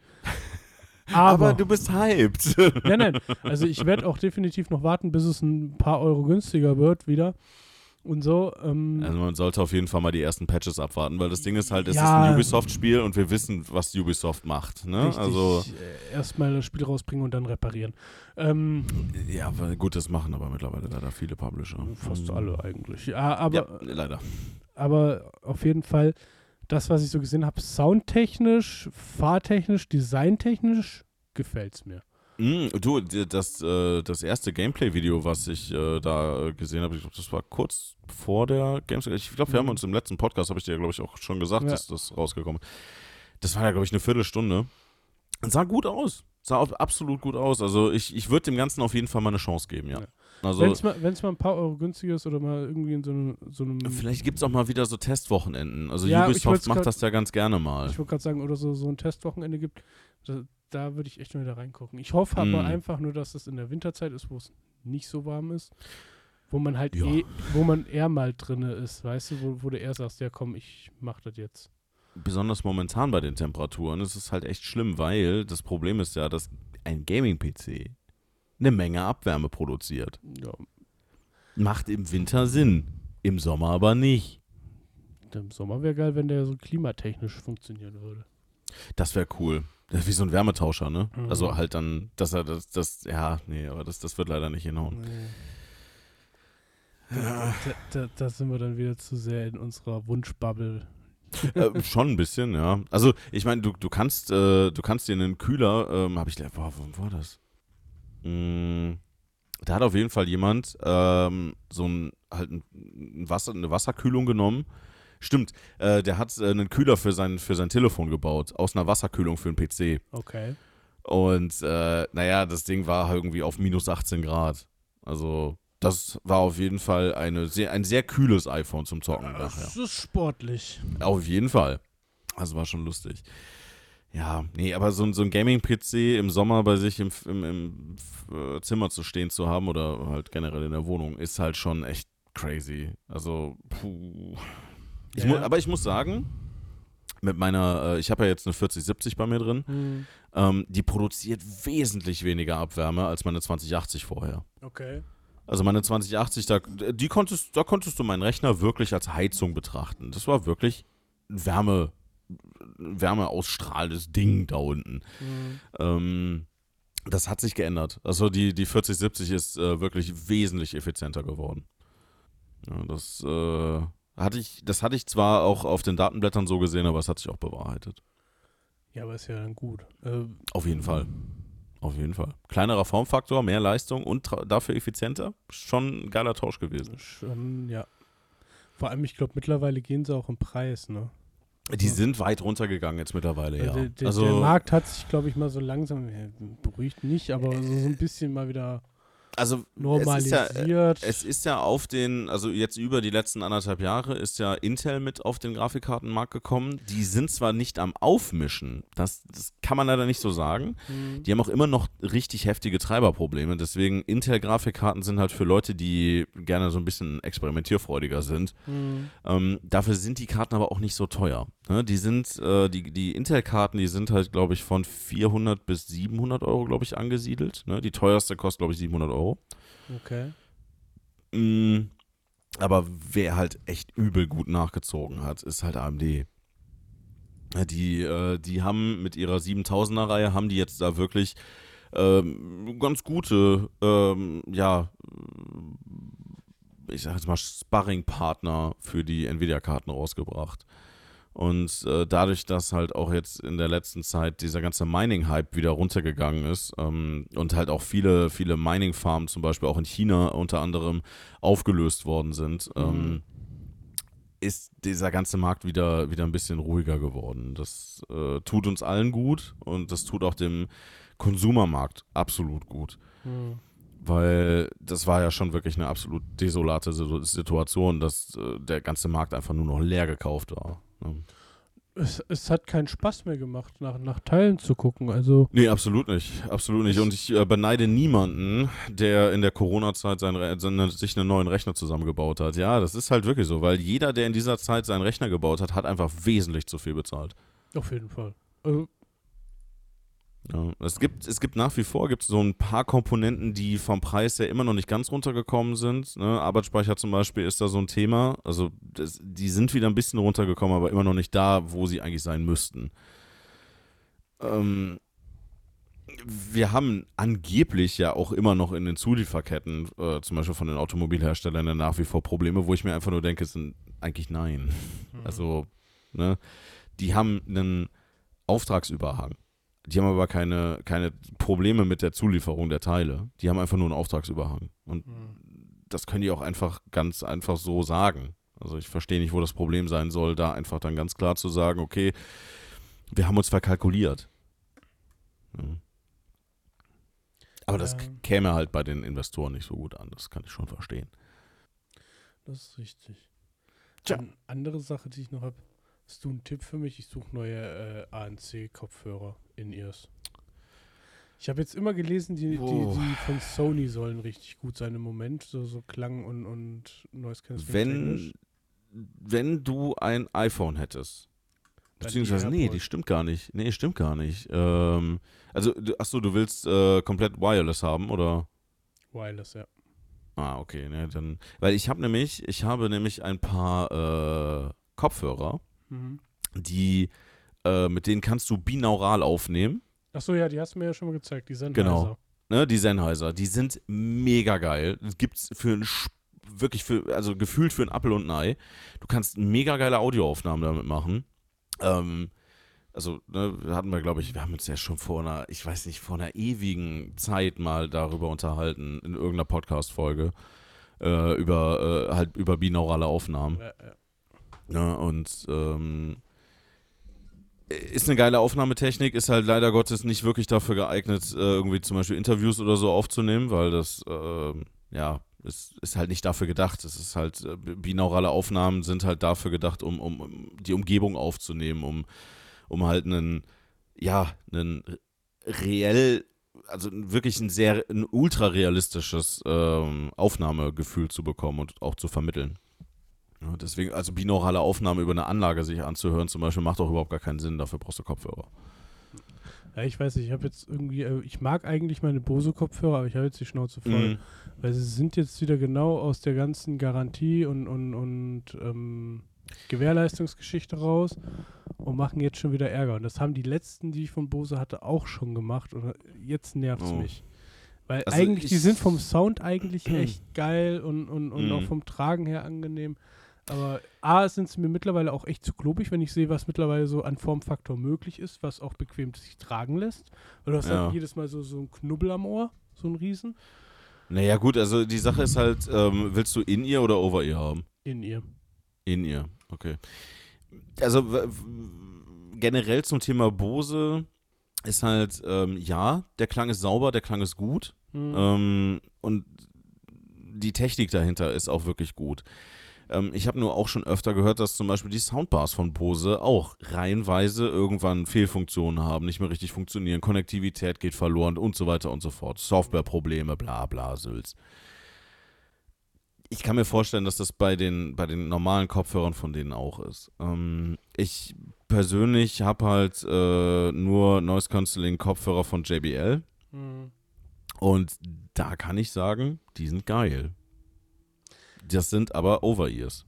Aber, du bist hyped. nein, nein. Also ich werde auch definitiv noch warten, bis es ein paar Euro günstiger wird wieder. Und so. Ähm, Also man sollte auf jeden Fall mal die ersten Patches abwarten, weil das Ding ist halt, es Ja. ist ein Ubisoft-Spiel und wir wissen, was Ubisoft macht. Ne? richtig, Also, äh, erstmal das Spiel rausbringen und dann reparieren. Ähm, ja, aber gut, das machen aber mittlerweile leider viele Publisher. fast alle eigentlich. Ja, aber, Ja, leider. aber auf jeden Fall, das, was ich so gesehen habe, soundtechnisch, fahrtechnisch, designtechnisch, gefällt es mir. Mm, du, d- das, äh, das erste Gameplay-Video, was ich äh, da äh, gesehen habe, ich glaube, das war kurz vor der Gamescom. Ich glaube, wir haben Mhm. uns im letzten Podcast, habe ich dir, glaube ich, auch schon gesagt, Ja. dass das rausgekommen ist. Das war ja, glaube ich, eine Viertelstunde. Sah gut aus. Sah auch absolut gut aus. Also ich, ich würde dem Ganzen auf jeden Fall mal eine Chance geben, ja. Ja. Also Wenn es mal, wenn's mal ein paar Euro günstiger ist oder mal irgendwie in so einem. So einem vielleicht gibt es auch mal wieder so Testwochenenden. Also Ja, ich Ubisoft wollt's macht grad- das ja ganz gerne mal. Ich wollte gerade sagen, oder so, so ein Testwochenende gibt, da, da würde ich echt mal wieder reingucken. Ich hoffe aber Mm. einfach nur, dass es in der Winterzeit ist, wo es nicht so warm ist, wo man halt Ja. eh, wo man eher mal drinne ist, weißt du, wo, wo du eher sagst, ja komm, ich mach das jetzt. Besonders momentan bei den Temperaturen ist es halt echt schlimm, weil das Problem ist ja, dass ein Gaming-P C eine Menge Abwärme produziert. Ja, Macht im Winter Sinn, im Sommer aber nicht. im Sommer wäre geil, wenn der so klimatechnisch funktionieren würde. Das wäre cool. Das ist wie so ein Wärmetauscher, ne? Mhm. Also halt dann, dass er das, das, ja, nee, aber das, das wird leider nicht hinhauen. Nee. Da, da, da, da sind wir dann wieder zu sehr in unserer Wunschbubble. äh, schon ein bisschen, ja. Also ich meine, du, du kannst äh, du kannst dir einen Kühler, ähm, habe ich, boah, wo war das? Mm, da hat auf jeden Fall jemand ähm, so ein, halt ein Wasser, eine Wasserkühlung genommen. Stimmt, äh, der hat äh, einen Kühler für sein, für sein Telefon gebaut, aus einer Wasserkühlung für einen P C. Okay. Und äh, naja, das Ding war irgendwie auf minus achtzehn Grad. Also das war auf jeden Fall eine sehr, ein sehr kühles iPhone zum Zocken nachher. Das ist sportlich. Auf jeden Fall. Also war schon lustig. Ja, nee, aber so, ein- so ein Gaming-P C im Sommer bei sich im, im, im äh, Zimmer zu stehen zu haben oder halt generell in der Wohnung ist halt schon echt crazy. Also, puh. Ich Ja. mu- aber ich muss sagen, mit meiner, äh, ich habe ja jetzt eine vierzig siebzig bei mir drin, Hm. ähm, die produziert wesentlich weniger Abwärme als meine zwanzig achtzig vorher. Okay. Also meine zwanzig achtzig, da, die konntest, da konntest du meinen Rechner wirklich als Heizung betrachten. Das war wirklich ein Wärme, Wärme ausstrahlendes Ding da unten. Hm. Ähm, das hat sich geändert. Also die, die vierzig siebzig ist äh, wirklich wesentlich effizienter geworden. Ja, das, äh, hatte ich, das hatte ich zwar auch auf den Datenblättern so gesehen, aber es hat sich auch bewahrheitet. Ja, aber ist ja dann gut. Äh, Auf jeden Fall. Auf jeden Fall. Kleinerer Formfaktor, mehr Leistung und tra- dafür effizienter. Schon ein geiler Tausch gewesen. schon, ja. Vor allem, ich glaube, mittlerweile gehen sie auch im Preis, ne? Die sind weit runtergegangen jetzt mittlerweile, ja. Also der, der, also, der Markt hat sich, glaube ich, mal so langsam, ja, beruhigt nicht, aber so, so ein bisschen mal wieder also normalisiert. Es ist, ja, es ist ja auf den, also jetzt über die letzten anderthalb Jahre ist ja Intel mit auf den Grafikkartenmarkt gekommen. Die sind zwar nicht am Aufmischen, das, das kann man leider nicht so sagen. Mhm. Die haben auch immer noch richtig heftige Treiberprobleme. Deswegen Intel-Grafikkarten sind halt für Leute, die gerne so ein bisschen experimentierfreudiger sind. Mhm. Ähm, dafür sind die Karten aber auch nicht so teuer. Ne? Die sind, äh, die, die Intel-Karten, die sind halt, glaube ich, von vierhundert bis siebenhundert Euro, glaube ich, angesiedelt. Ne? Die teuerste kostet, glaube ich, siebenhundert Euro. Okay. Mm, aber wer halt echt übel gut nachgezogen hat, ist halt A M D. Ja, Die, äh, die haben mit ihrer siebentausender-Reihe, haben die jetzt da wirklich ähm, ganz gute, ähm, ja, ich sag jetzt mal Sparring-Partner für die Nvidia-Karten rausgebracht. Und äh, dadurch, dass halt auch jetzt in der letzten Zeit dieser ganze Mining-Hype wieder runtergegangen ist ähm, und halt auch viele, viele Mining-Farmen zum Beispiel auch in China unter anderem aufgelöst worden sind, Mhm. ähm, ist dieser ganze Markt wieder, wieder ein bisschen ruhiger geworden. Das äh, tut uns allen gut und das tut auch dem Konsumermarkt absolut gut. Mhm. Weil das war ja schon wirklich eine absolut desolate Situ- Situation, dass äh, der ganze Markt einfach nur noch leer gekauft war. Ne? Es, es hat keinen Spaß mehr gemacht, nach, nach Teilen zu gucken. Also, Nee, absolut nicht. Absolut nicht. Und ich äh, beneide niemanden, der in der Corona-Zeit sein Re- seine, sich einen neuen Rechner zusammengebaut hat. Ja, das ist halt wirklich so, weil jeder, der in dieser Zeit seinen Rechner gebaut hat, hat einfach wesentlich zu viel bezahlt. auf jeden Fall. Also, Ja, es gibt, es gibt nach wie vor gibt's so ein paar Komponenten, die vom Preis her immer noch nicht ganz runtergekommen sind. Ne? Arbeitsspeicher zum Beispiel ist da so ein Thema. Also das, die sind wieder ein bisschen runtergekommen, aber immer noch nicht da, wo sie eigentlich sein müssten. Ähm, wir haben angeblich ja auch immer noch in den Zulieferketten, äh, zum Beispiel von den Automobilherstellern, ja nach wie vor Probleme, wo ich mir einfach nur denke, es sind eigentlich nein. Also, ne, die haben einen Auftragsüberhang. Die haben aber keine, keine Probleme mit der Zulieferung der Teile. Die haben einfach nur einen Auftragsüberhang. Und Mhm. das können die auch einfach ganz einfach so sagen. Also ich verstehe nicht, wo das Problem sein soll, da einfach dann ganz klar zu sagen, okay, wir haben uns verkalkuliert. Ja. Aber das Ja. k- käme halt bei den Investoren nicht so gut an. Das kann ich schon verstehen. Das ist richtig. Tja. An, andere Sache, die ich noch habe. Hast du einen Tipp für mich? Ich suche neue äh, A N C-Kopfhörer in ears. Ich habe jetzt immer gelesen, die, die, Oh. die von Sony sollen richtig gut sein im Moment. So, so Klang und, und Noise Cancelling Wenn, technisch. wenn du ein iPhone hättest, Dann beziehungsweise, die nee, die AirPods. stimmt gar nicht. Nee, stimmt gar nicht. Ähm, also, du- achso, du willst äh, komplett wireless haben, oder? Wireless, ja. Ah, okay, ne, dann, weil ich habe nämlich, ich habe nämlich ein paar äh, Kopfhörer, Mhm. die, äh, mit denen kannst du binaural aufnehmen, Achso, ja, die hast du mir ja schon mal gezeigt. Die sind Genau. ne, die Sennheiser, die sind mega geil. Gibt's für einen Sch- wirklich für, also gefühlt für ein Apfel und ein Ei. Du kannst mega geile Audioaufnahmen damit machen. Ähm, also, ne, hatten wir, glaube ich, wir haben uns ja schon vor einer, ich weiß nicht, vor einer ewigen Zeit mal darüber unterhalten, in irgendeiner Podcast-Folge, äh, über, äh, halt über binaurale Aufnahmen. Ja, ja. Ja, und, ähm, ist eine geile Aufnahmetechnik, ist halt leider Gottes nicht wirklich dafür geeignet, äh, irgendwie zum Beispiel Interviews oder so aufzunehmen, weil das, äh, ja, ist, ist halt nicht dafür gedacht. Es ist halt, äh, binaurale Aufnahmen sind halt dafür gedacht, um, um, um die Umgebung aufzunehmen, um, um halt einen, ja, einen reell, also wirklich ein sehr, ein ultra realistisches ähm, Aufnahmegefühl zu bekommen und auch zu vermitteln. Ja, deswegen, also binaurale Aufnahme über eine Anlage sich anzuhören zum Beispiel, macht auch überhaupt gar keinen Sinn, dafür brauchst du Kopfhörer. Ja, ich weiß nicht, ich habe jetzt irgendwie, äh, ich mag eigentlich meine Bose-Kopfhörer, aber ich habe jetzt die Schnauze voll. Mhm. Weil sie sind jetzt wieder genau aus der ganzen Garantie und, und, und ähm, Gewährleistungsgeschichte raus und machen jetzt schon wieder Ärger. Und das haben die letzten, die ich von Bose hatte, auch schon gemacht. Und jetzt nervt es Oh. mich. Weil Also eigentlich, die ich- sind vom Sound eigentlich echt geil und, und, und Mhm. auch vom Tragen her angenehm. Aber A, sind sie mir mittlerweile auch echt zu klobig, wenn ich sehe, was mittlerweile so an Formfaktor möglich ist, was auch bequem sich tragen lässt. Oder du hast Ja. halt jedes Mal so, so einen Knubbel am Ohr, so einen Riesen. Naja gut, also die Sache ist halt, ähm, willst du In-Ear oder Over-Ear haben? In ihr. In-Ear, okay. Also w- w- generell zum Thema Bose ist halt, ähm, ja, der Klang ist sauber, der Klang ist gut. Mhm. Ähm, und die Technik dahinter ist auch wirklich gut. Ähm, ich habe nur auch schon öfter gehört, dass zum Beispiel die Soundbars von Bose auch reihenweise irgendwann Fehlfunktionen haben, nicht mehr richtig funktionieren, Konnektivität geht verloren und so weiter und so fort. Softwareprobleme, bla bla, Sülz. Ich kann mir vorstellen, dass das bei den, bei den normalen Kopfhörern von denen auch ist. Ähm, ich persönlich habe halt äh, nur Noise Cancelling Kopfhörer von J B L Mhm. und da kann ich sagen, die sind geil. Das sind aber Over-Ears.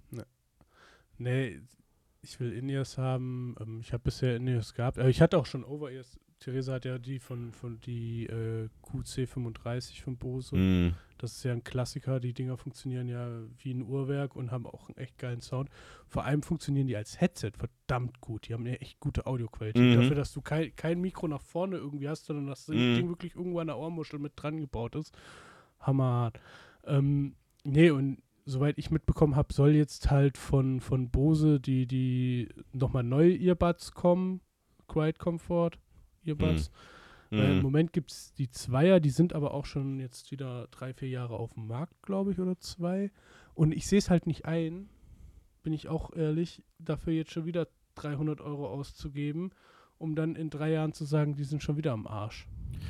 Nee, ich will In-Ears haben. Ähm, ich habe bisher In-Ears gehabt. Aber ich hatte auch schon Over-Ears. Theresa hat ja die von, von die äh, Q C fünfunddreißig von Bose. Mm, Das ist ja ein Klassiker. Die Dinger funktionieren ja wie ein Uhrwerk und haben auch einen echt geilen Sound. Vor allem funktionieren die als Headset verdammt gut. Die haben eine echt gute Audioqualität. Mhm. Dafür, dass du kein, kein Mikro nach vorne irgendwie hast, sondern dass das Mhm. Ding wirklich irgendwo an der Ohrmuschel mit dran gebaut ist. Hammerhart. Ähm, nee, und soweit ich mitbekommen habe, soll jetzt halt von, von Bose die, die nochmal neue Earbuds kommen. Quiet Comfort Earbuds. Weil im mm. Moment gibt es die Zweier, die sind aber auch schon jetzt wieder drei, vier Jahre auf dem Markt, glaube ich, oder zwei. Und ich sehe es halt nicht ein, bin ich auch ehrlich, dafür jetzt schon wieder dreihundert Euro auszugeben, um dann in drei Jahren zu sagen, die sind schon wieder am Arsch.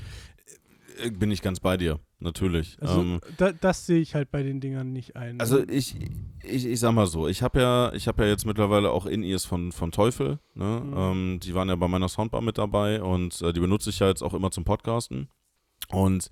Äh, Bin ich ganz bei dir, natürlich. Also ähm, da, das sehe ich halt bei den Dingern nicht ein. Also ich, ich, ich sag mal so, ich habe ja, ich habe ja jetzt mittlerweile auch In-Ears von, von Teufel, ne? Mhm. Ähm, die waren ja bei meiner Soundbar mit dabei und äh, die benutze ich ja jetzt auch immer zum Podcasten und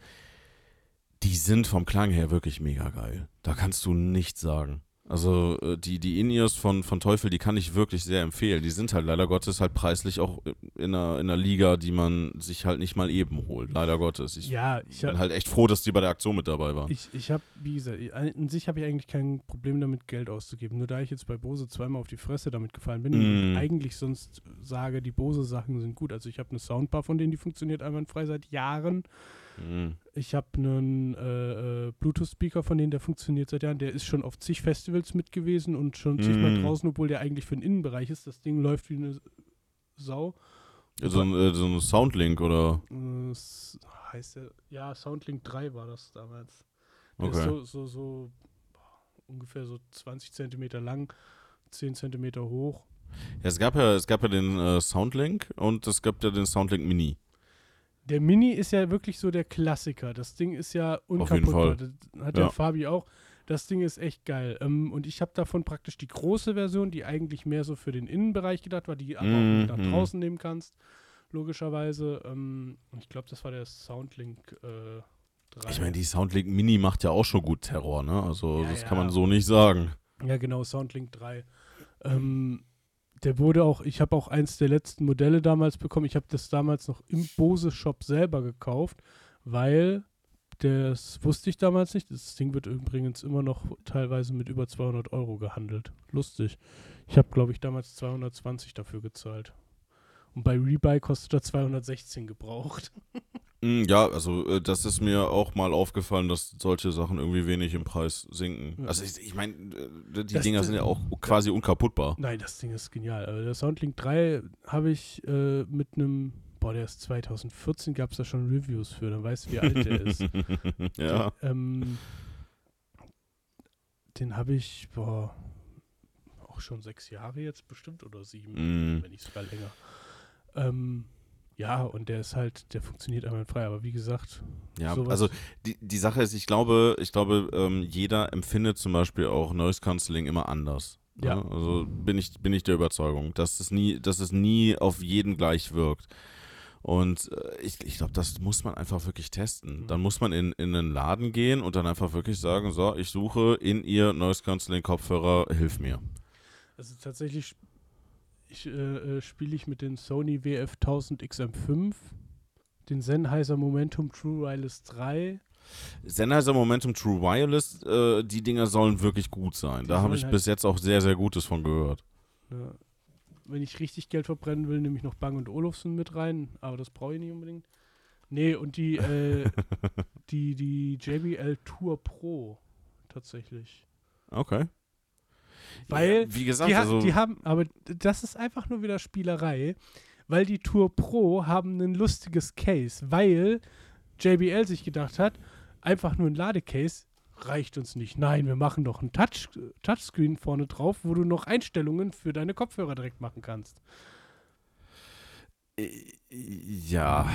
die sind vom Klang her wirklich mega geil. Da kannst du nichts sagen. Also äh, die, die In-Ears von, von Teufel, die kann ich wirklich sehr empfehlen. Die sind halt leider Gottes halt preislich auch in einer, in einer Liga, die man sich halt nicht mal eben holt. Leider Gottes. Ich ja, ich bin habe halt echt froh, dass die bei der Aktion mit dabei waren. Ich, ich habe, wie gesagt, ich- an sich habe ich eigentlich kein Problem damit, Geld auszugeben. Nur da ich jetzt bei Bose zweimal auf die Fresse damit gefallen bin Mm. und eigentlich sonst sage, die Bose-Sachen sind gut. Also ich habe eine Soundbar von denen, die funktioniert einwandfrei seit Jahren. Mhm. Ich habe einen äh, äh, Bluetooth-Speaker von denen, der funktioniert seit Jahren. Der ist schon auf zig Festivals mit gewesen und schon zigmal Mm. draußen, obwohl der eigentlich für den Innenbereich ist. Das Ding läuft wie eine Sau. So ein, äh, so ein Soundlink oder? Äh, s- heißt der? Ja, Soundlink drei war das damals. Der ist Okay. so, so, so boah, ungefähr so zwanzig Zentimeter lang, zehn Zentimeter hoch. Ja, es gab ja, es gab ja den äh, Soundlink und es gab ja den Soundlink Mini. Der Mini ist ja wirklich so der Klassiker. Das Ding ist ja Auf jeden unkaputtbar. Fall. Das hat Ja. der Fabi auch. Das Ding ist echt geil. Ähm, und ich habe davon praktisch die große Version, die eigentlich mehr so für den Innenbereich gedacht war, die aber auch mit nach Mhm. draußen nehmen kannst, logischerweise. Ähm, und ich glaube, das war der Soundlink äh, drei. Ich meine, die Soundlink Mini macht ja auch schon gut Terror, ne? Also Ja, das ja. kann man so nicht sagen. Ja, genau, Soundlink drei. Ähm, der wurde auch, ich habe auch eins der letzten Modelle damals bekommen. Ich habe das damals noch im Bose-Shop selber gekauft, weil das wusste ich damals nicht. Das Ding wird übrigens immer noch teilweise mit über zweihundert Euro gehandelt. Lustig. Ich habe, glaube ich, damals zweihundertzwanzig dafür gezahlt. Und bei Rebuy kostet er zweihundertsechzehn gebraucht. Mm, Ja, also äh, das ist mir auch mal aufgefallen, dass solche Sachen irgendwie wenig im Preis sinken. Ja. Also ich, ich meine, äh, die Das- Dinger sind ja auch quasi unkaputtbar. Nein, das Ding ist genial. Also der Soundlink drei habe ich äh, mit einem, boah, der ist zweitausendvierzehn, gab es da schon Reviews für, dann weißt du, wie alt der ist. Ja. Den, ähm, den habe ich, boah, auch schon sechs Jahre jetzt bestimmt oder sieben, Mm. wenn nicht sogar länger. Ähm, ja, und der ist halt, der funktioniert einwandfrei, aber wie gesagt, Ja, sowas- also die, die Sache ist, ich glaube, ich glaube, ähm, jeder empfindet zum Beispiel auch Noise Cancelling immer anders. ne? Ja. Also bin ich, bin ich der Überzeugung, dass es nie, dass es nie auf jeden gleich wirkt. Und äh, ich, ich glaube, das muss man einfach wirklich testen. Mhm. Dann muss man in, in einen Laden gehen und dann einfach wirklich sagen, so, ich suche in ihr Noise Cancelling Kopfhörer, hilf mir. Also tatsächlich sp- ich, äh, äh, spiele ich mit den Sony W F tausend X M fünf, den Sennheiser Momentum True Wireless drei. Sennheiser Momentum True Wireless, äh, die Dinger sollen wirklich gut sein. Die Da habe sollen ich halt- bis jetzt auch sehr, sehr Gutes von gehört. Ja. Wenn ich richtig Geld verbrennen will, nehme ich noch Bang und Olufsen mit rein, aber das brauche ich nicht unbedingt. Nee, und die, äh, die, die J B L Tour Pro tatsächlich. Okay. Weil ja, wie gesagt, Die, ha also die haben, aber das ist einfach nur wieder Spielerei, weil die Tour Pro haben ein lustiges Case, weil J B L sich gedacht hat, einfach nur ein Ladecase reicht uns nicht. Nein, wir machen doch ein Touch Touchscreen vorne drauf, wo du noch Einstellungen für deine Kopfhörer direkt machen kannst. äh, ja.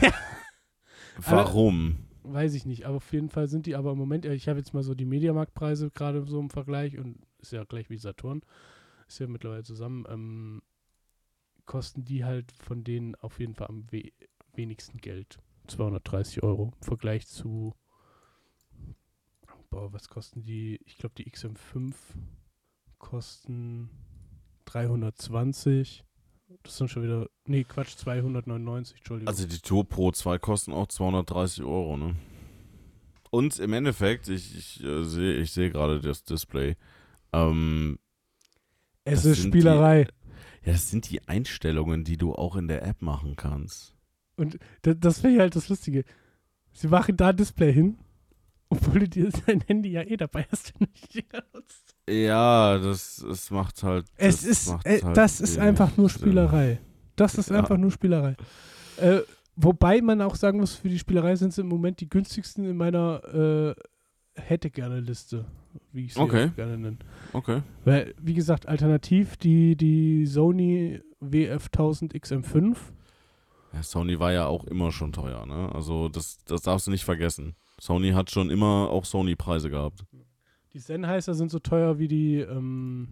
Warum? Weiß ich nicht, aber auf jeden Fall sind die aber im Moment, ich habe jetzt mal so die Mediamarktpreise gerade so im Vergleich und ist ja gleich wie Saturn, ist ja mittlerweile zusammen, ähm, kosten die halt von denen auf jeden Fall am we wenigsten Geld. zweihundertdreißig Euro im Vergleich zu, boah, was kosten die? Ich glaube, die X M fünf kosten dreihundertzwanzig. Das sind schon wieder, nee, Quatsch, zweihundertneunundneunzig, Entschuldigung. Also die Tour Pro zwei kosten auch zweihundertdreißig Euro, ne? Und im Endeffekt, ich, ich äh, sehe ich sehe gerade das Display, ähm, es das ist sind Spielerei. ja, das sind die Einstellungen, die du auch in der App machen kannst. Und das, das wäre ja halt das Lustige. Sie machen da ein Display hin, obwohl du dir dein Handy ja eh dabei hast, wenn du nicht nutzt. Ja, das, das macht halt. Es das ist, macht äh, halt das ist wenig einfach nur Sinn. Spielerei. Das ist Ja. einfach nur Spielerei. Äh, wobei man auch sagen muss, für die Spielerei sind sie im Moment die günstigsten in meiner äh, hätte gerne Liste, wie ich sie Okay. auch gerne nenne. Okay. Weil, wie gesagt, alternativ die, die Sony W F tausend X M fünf. Ja, Sony war ja auch immer schon teuer, ne? Also das, das darfst du nicht vergessen. Sony hat schon immer auch Sony-Preise gehabt. Die Sennheiser sind so teuer wie die, ähm,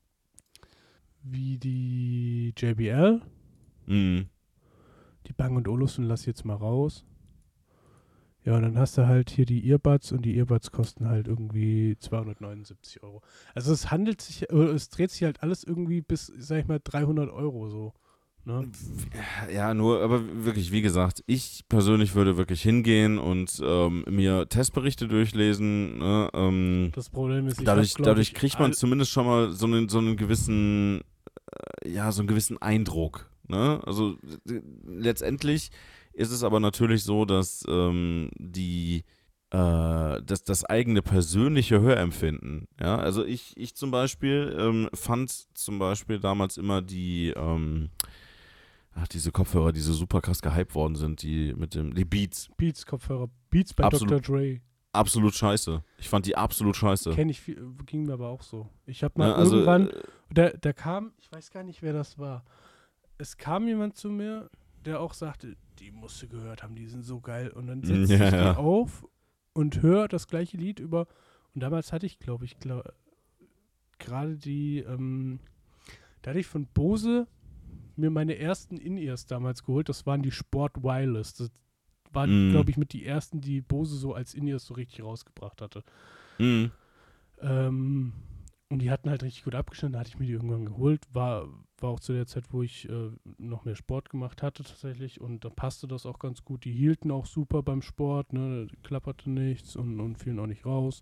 wie die J B L. Mhm. Die Bang und Olufsen lass ich jetzt mal raus. Ja, und dann hast du halt hier die Earbuds und die Earbuds kosten halt irgendwie zweihundertneunundsiebzig Euro. Also es handelt sich, äh, es dreht sich halt alles irgendwie bis, sag ich mal, dreihundert Euro so. Ne? Ja, nur, aber wirklich, wie gesagt, ich persönlich würde wirklich hingehen und ähm, mir Testberichte durchlesen. Ne? Ähm, Das Problem ist, ich dadurch hab, glaub dadurch ich, kriegt man all- zumindest schon mal so einen, so einen gewissen, äh, ja, so einen gewissen Eindruck. Ne? Also äh, letztendlich ist es aber natürlich so, dass ähm, die äh, das, das eigene persönliche Hörempfinden, ja, also ich, ich zum Beispiel ähm, fand zum Beispiel damals immer die, ähm, ach, diese Kopfhörer, die so super krass gehypt worden sind, die mit dem, die Beats, Beats Kopfhörer, Beats bei Absolut. Doktor Dre. absolut scheiße. Ich fand die absolut scheiße. Kenne ich, viel, ging mir aber auch so. Ich habe mal Ne, also, irgendwann, äh, da, da kam, ich weiß gar nicht, wer das war. Es kam jemand zu mir, der auch sagte, die musst du gehört haben, die sind so geil. Und dann setzt Ja, sich ja. die auf und hört das gleiche Lied über. Und damals hatte ich, glaube ich, glaub, gerade die, ähm, da hatte ich von Bose mir meine ersten In-Ears damals geholt. Das waren die Sport Wireless. Das waren, Mm. glaube ich, mit die ersten, die Bose so als In-Ears so richtig rausgebracht hatte. mh. Ähm, Und die hatten halt richtig gut abgeschnitten, da hatte ich mir die irgendwann geholt. War, war auch zu der Zeit, wo ich äh, noch mehr Sport gemacht hatte tatsächlich und da passte das auch ganz gut. Die hielten auch super beim Sport, ne, klapperte nichts und, und fielen auch nicht raus.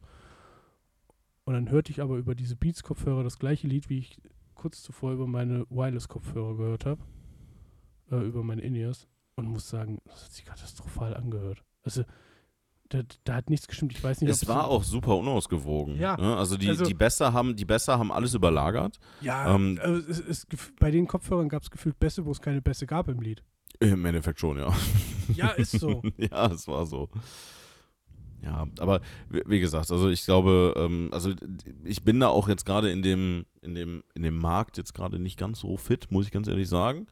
Und dann hörte ich aber über diese Beats-Kopfhörer das gleiche Lied, wie ich kurz zuvor über meine Wireless-Kopfhörer gehört habe, äh, über meine In-Ears und muss sagen, das hat sich katastrophal angehört. Also Da, da hat nichts gestimmt. Ich weiß nicht, Es war so auch super unausgewogen. Ja, Ne? Also die, also- die Besser haben, die Besser haben alles überlagert. Ja, Ähm, also es, es, gef- bei den Kopfhörern gab es gefühlt Bässe, wo es keine Bässe gab im Lied. Im Endeffekt schon, ja. Ja, ist so. Ja, es war so. Ja, aber wie, wie gesagt, also ich glaube, ähm, also ich bin da auch jetzt gerade in dem, in dem, in dem Markt jetzt gerade nicht ganz so fit, muss ich ganz ehrlich sagen.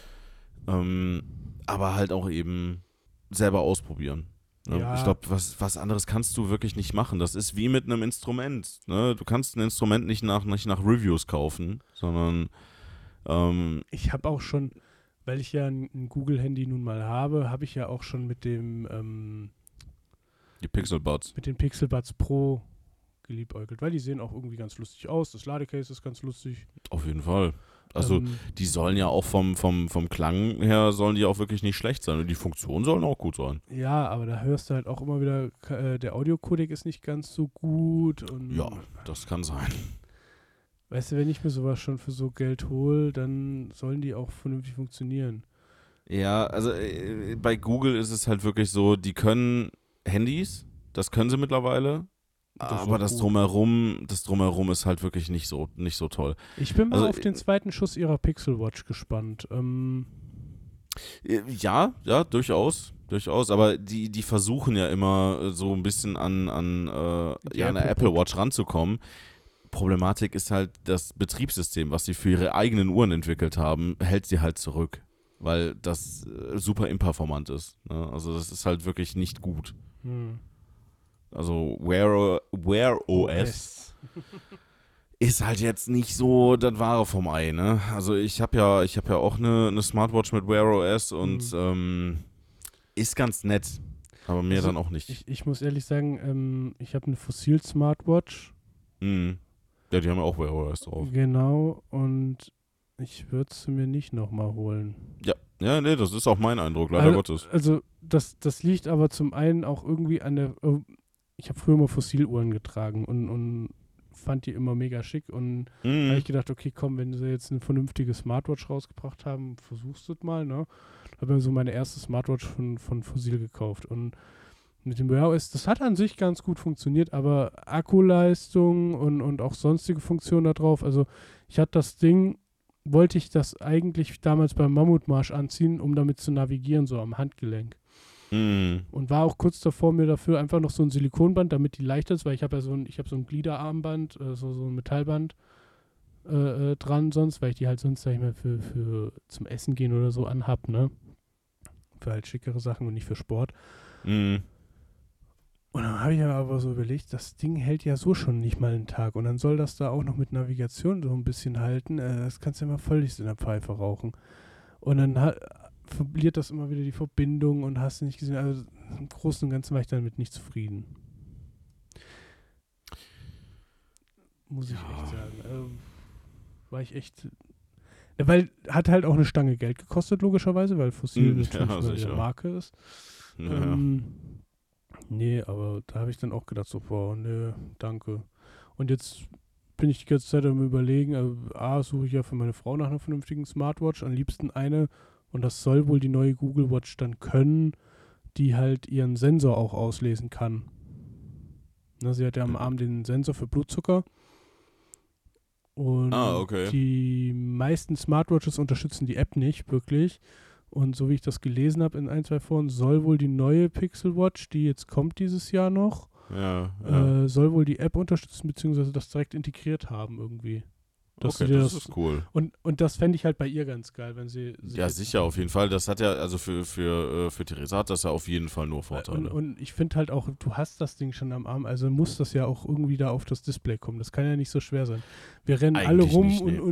Ähm, aber halt auch eben selber ausprobieren. Ne? Ja. Ich glaube, was, was anderes kannst du wirklich nicht machen. Das ist wie mit einem Instrument. Ne? Du kannst ein Instrument nicht nach, nicht nach Reviews kaufen, sondern ähm, Ich habe auch schon, weil ich ja ein, ein Google-Handy nun mal habe, habe ich ja auch schon mit dem ähm, die Pixel Buds. mit den Pixel Buds Pro geliebäugelt, weil die sehen auch irgendwie ganz lustig aus. Das Ladecase ist ganz lustig. Auf jeden Fall. Also ähm, die sollen ja auch vom, vom, vom Klang her, sollen die auch wirklich nicht schlecht sein. Und die Funktionen sollen auch gut sein. ja, aber da hörst du halt auch immer wieder, äh, der Audiocodec ist nicht ganz so gut. Und Ja, das kann sein. weißt du, wenn ich mir sowas schon für so Geld hole, dann sollen die auch vernünftig funktionieren. Ja, also äh, bei Google ist es halt wirklich so, die können Handys, das können sie mittlerweile, Das ist aber auch das gut. Drumherum, das Drumherum ist halt wirklich nicht so, nicht so toll. Ich bin mal Also, auf den zweiten Schuss ihrer Pixel Watch gespannt. Ähm, Äh, Ja, ja, durchaus, durchaus, aber die, die versuchen ja immer äh, so ein bisschen an, an äh, Die ja, eine Apple Apple Watch ranzukommen. Problematik ist halt, das Betriebssystem, was sie für ihre eigenen Uhren entwickelt haben, hält sie halt zurück, weil das äh, super imperformant ist. Ne? Also das ist halt wirklich nicht gut. hm. Also Wear, Wear O S ist halt jetzt nicht so das Wahre vom Ei, ne? Also ich habe ja, ich habe ja auch eine, eine Smartwatch mit Wear O S und Mhm. ähm, ist ganz nett, aber mehr Also dann auch nicht. Ich, ich muss ehrlich sagen, ähm, ich habe eine Fossil-Smartwatch. Mhm. Ja, die haben ja auch Wear O S drauf. Genau, und ich würde sie mir nicht nochmal holen. Ja, ja, nee, das ist auch mein Eindruck, leider also, Gottes. Also, das, das liegt aber zum einen auch irgendwie an der. äh, Ich habe früher mal Fossiluhren getragen und, und fand die immer mega schick. Und da habe Mhm. ich gedacht, okay, komm, wenn sie jetzt eine vernünftige Smartwatch rausgebracht haben, versuchst du es mal, ne? Habe mir so meine erste Smartwatch von, von Fossil gekauft. Und mit dem Wear O S, das hat an sich ganz gut funktioniert, aber Akkuleistung und, und auch sonstige Funktionen da drauf. Also ich hatte das Ding, wollte ich das eigentlich damals beim Mammutmarsch anziehen, um damit zu navigieren, so am Handgelenk. Mhm. Und war auch kurz davor, mir dafür einfach noch so ein Silikonband, damit die leichter ist, weil ich habe ja so ein, ich habe so ein Gliederarmband, äh, so, so ein Metallband äh, äh, dran sonst, weil ich die halt sonst, sag ich mal, für, für zum Essen gehen oder so anhab, ne? Für halt schickere Sachen und nicht für Sport. Mhm. Und dann habe ich mir aber so überlegt, das Ding hält ja so schon nicht mal einen Tag. Und dann soll das da auch noch mit Navigation so ein bisschen halten. Äh, das kannst du ja mal völlig in der Pfeife rauchen. Und dann ha- verliert das immer wieder die Verbindung und hast du nicht gesehen. Also im Großen und Ganzen war ich damit nicht zufrieden. Muss ich Ja. echt sagen. Also, war ich echt. Ja, weil hat halt auch eine Stange Geld gekostet, logischerweise, weil Fossil Mhm, natürlich ja, mal sicher. eine Marke ist. Ja. Ähm, nee, aber da habe ich dann auch gedacht, so, boah, nö, danke. Und jetzt bin ich die ganze Zeit am Überlegen, also, A, suche ich ja für meine Frau nach einer vernünftigen Smartwatch, am liebsten eine, und das soll wohl die neue Google Watch dann können, die halt ihren Sensor auch auslesen kann. Na, sie hat ja am Mhm. Arm den Sensor für Blutzucker. Und Ah, okay. die meisten Smartwatches unterstützen die App nicht wirklich. Und so wie ich das gelesen habe in ein, zwei Foren, soll wohl die neue Pixel Watch, die jetzt kommt dieses Jahr noch, Ja, ja. äh, soll wohl die App unterstützen, beziehungsweise das direkt integriert haben irgendwie. dass Okay, du dir das das- ist cool. Und, und das fände ich halt bei ihr ganz geil, wenn sie... sich Ja, jetzt- sicher, auf jeden Fall. Das hat ja, also für, für, äh, für Theresa hat das ja auf jeden Fall nur Vorteile. Und, und ich finde halt auch, du hast das Ding schon am Arm, also muss das ja auch irgendwie da auf das Display kommen. Das kann ja nicht so schwer sein. Wir rennen alle Eigentlich rum nicht, und, nee. und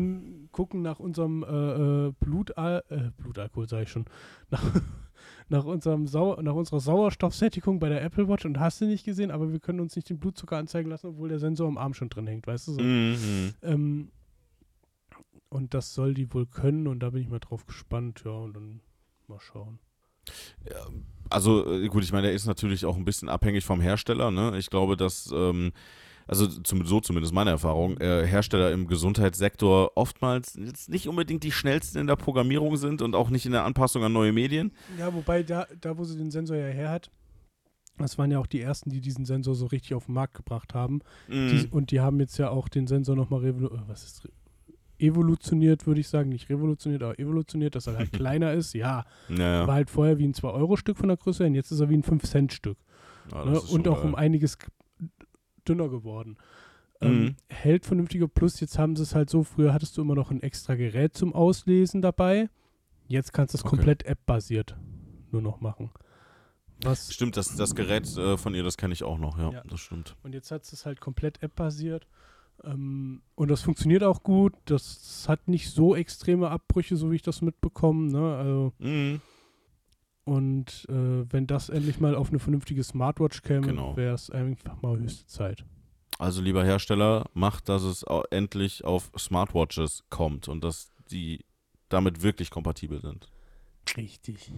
gucken nach unserem äh, äh, Blutal äh, Blutalkohol, sage ich schon, nach, nach, unserem Sau nach unserer Sauerstoffsättigung bei der Apple Watch und hast du nicht gesehen, aber wir können uns nicht den Blutzucker anzeigen lassen, obwohl der Sensor am Arm schon drin hängt, weißt du so. Mhm. Ähm, und das soll die wohl können und da bin ich mal drauf gespannt, ja, und dann mal schauen. Ja, also äh, gut, ich meine, der ist natürlich auch ein bisschen abhängig vom Hersteller, ne? Ich glaube, dass, ähm, also zum, so zumindest meine Erfahrung, äh, Hersteller im Gesundheitssektor oftmals jetzt nicht unbedingt die schnellsten in der Programmierung sind und auch nicht in der Anpassung an neue Medien. Ja, wobei da, da wo sie den Sensor ja her hat, das waren ja auch die ersten, die diesen Sensor so richtig auf den Markt gebracht haben. Mhm. Die, und die haben jetzt ja auch den Sensor nochmal revolu- äh, was ist re- evolutioniert, würde ich sagen. Nicht revolutioniert, aber evolutioniert, dass er halt kleiner ist. Ja, Naja. war halt vorher wie ein zwei Euro Stück von der Größe her und jetzt ist er wie ein fünf Cent Stück. Ja, Ne? das ist Und schon auch um geil. einiges k- dünner geworden. Mhm. Ähm, hält vernünftiger Plus. Jetzt haben sie es halt so, früher hattest du immer noch ein extra Gerät zum Auslesen dabei. Jetzt kannst du es Okay. komplett App-basiert nur noch machen. Was Stimmt, das, das Gerät äh, von ihr, das kenne ich auch noch, ja, Ja. das stimmt. Und jetzt hat es halt komplett App-basiert. Ähm, und das funktioniert auch gut. Das hat nicht so extreme Abbrüche, so wie ich das mitbekomme. Ne? Also, Mhm. und äh, wenn das endlich mal auf eine vernünftige Smartwatch käme, Genau. wäre es einfach mal höchste Zeit. Also lieber Hersteller, macht, dass es au- endlich auf Smartwatches kommt und dass die damit wirklich kompatibel sind. Richtig.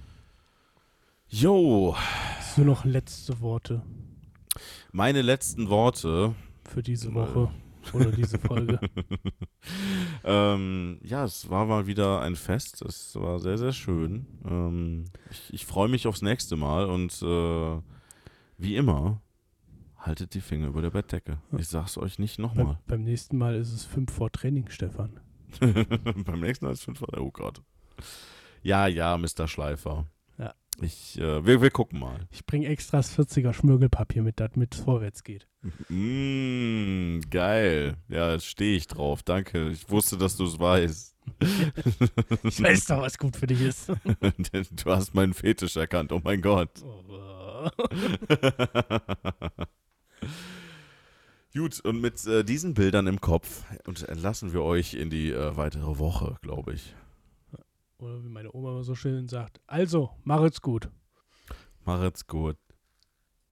Jo, Hast du noch letzte Worte meine letzten Worte. für diese Woche oder diese Folge? ähm, ja, es war mal wieder ein Fest. Es war sehr, sehr schön. Ähm, ich ich freue mich aufs nächste Mal und äh, wie immer, haltet die Finger über der Bettdecke. Ich sag's euch nicht Beim, nochmal. beim nächsten Mal ist es fünf vor Training, Stefan. Beim nächsten Mal ist fünf. Oh Gott. Ja, ja, Mister Schleifer. Ja. Ich, äh, wir, wir gucken mal. Ich bringe extra das vierziger Schmirgelpapier mit, damit es vorwärts geht. Mm, geil. Ja, jetzt stehe ich drauf. Danke. Ich wusste, dass du es weißt. Ich weiß doch, was gut für dich ist. Du hast meinen Fetisch erkannt. Oh mein Gott. Gut, und mit äh, diesen Bildern im Kopf und entlassen wir euch in die äh, weitere Woche, glaube ich. Oder wie meine Oma immer so schön sagt, also, mach es gut. Macht's gut.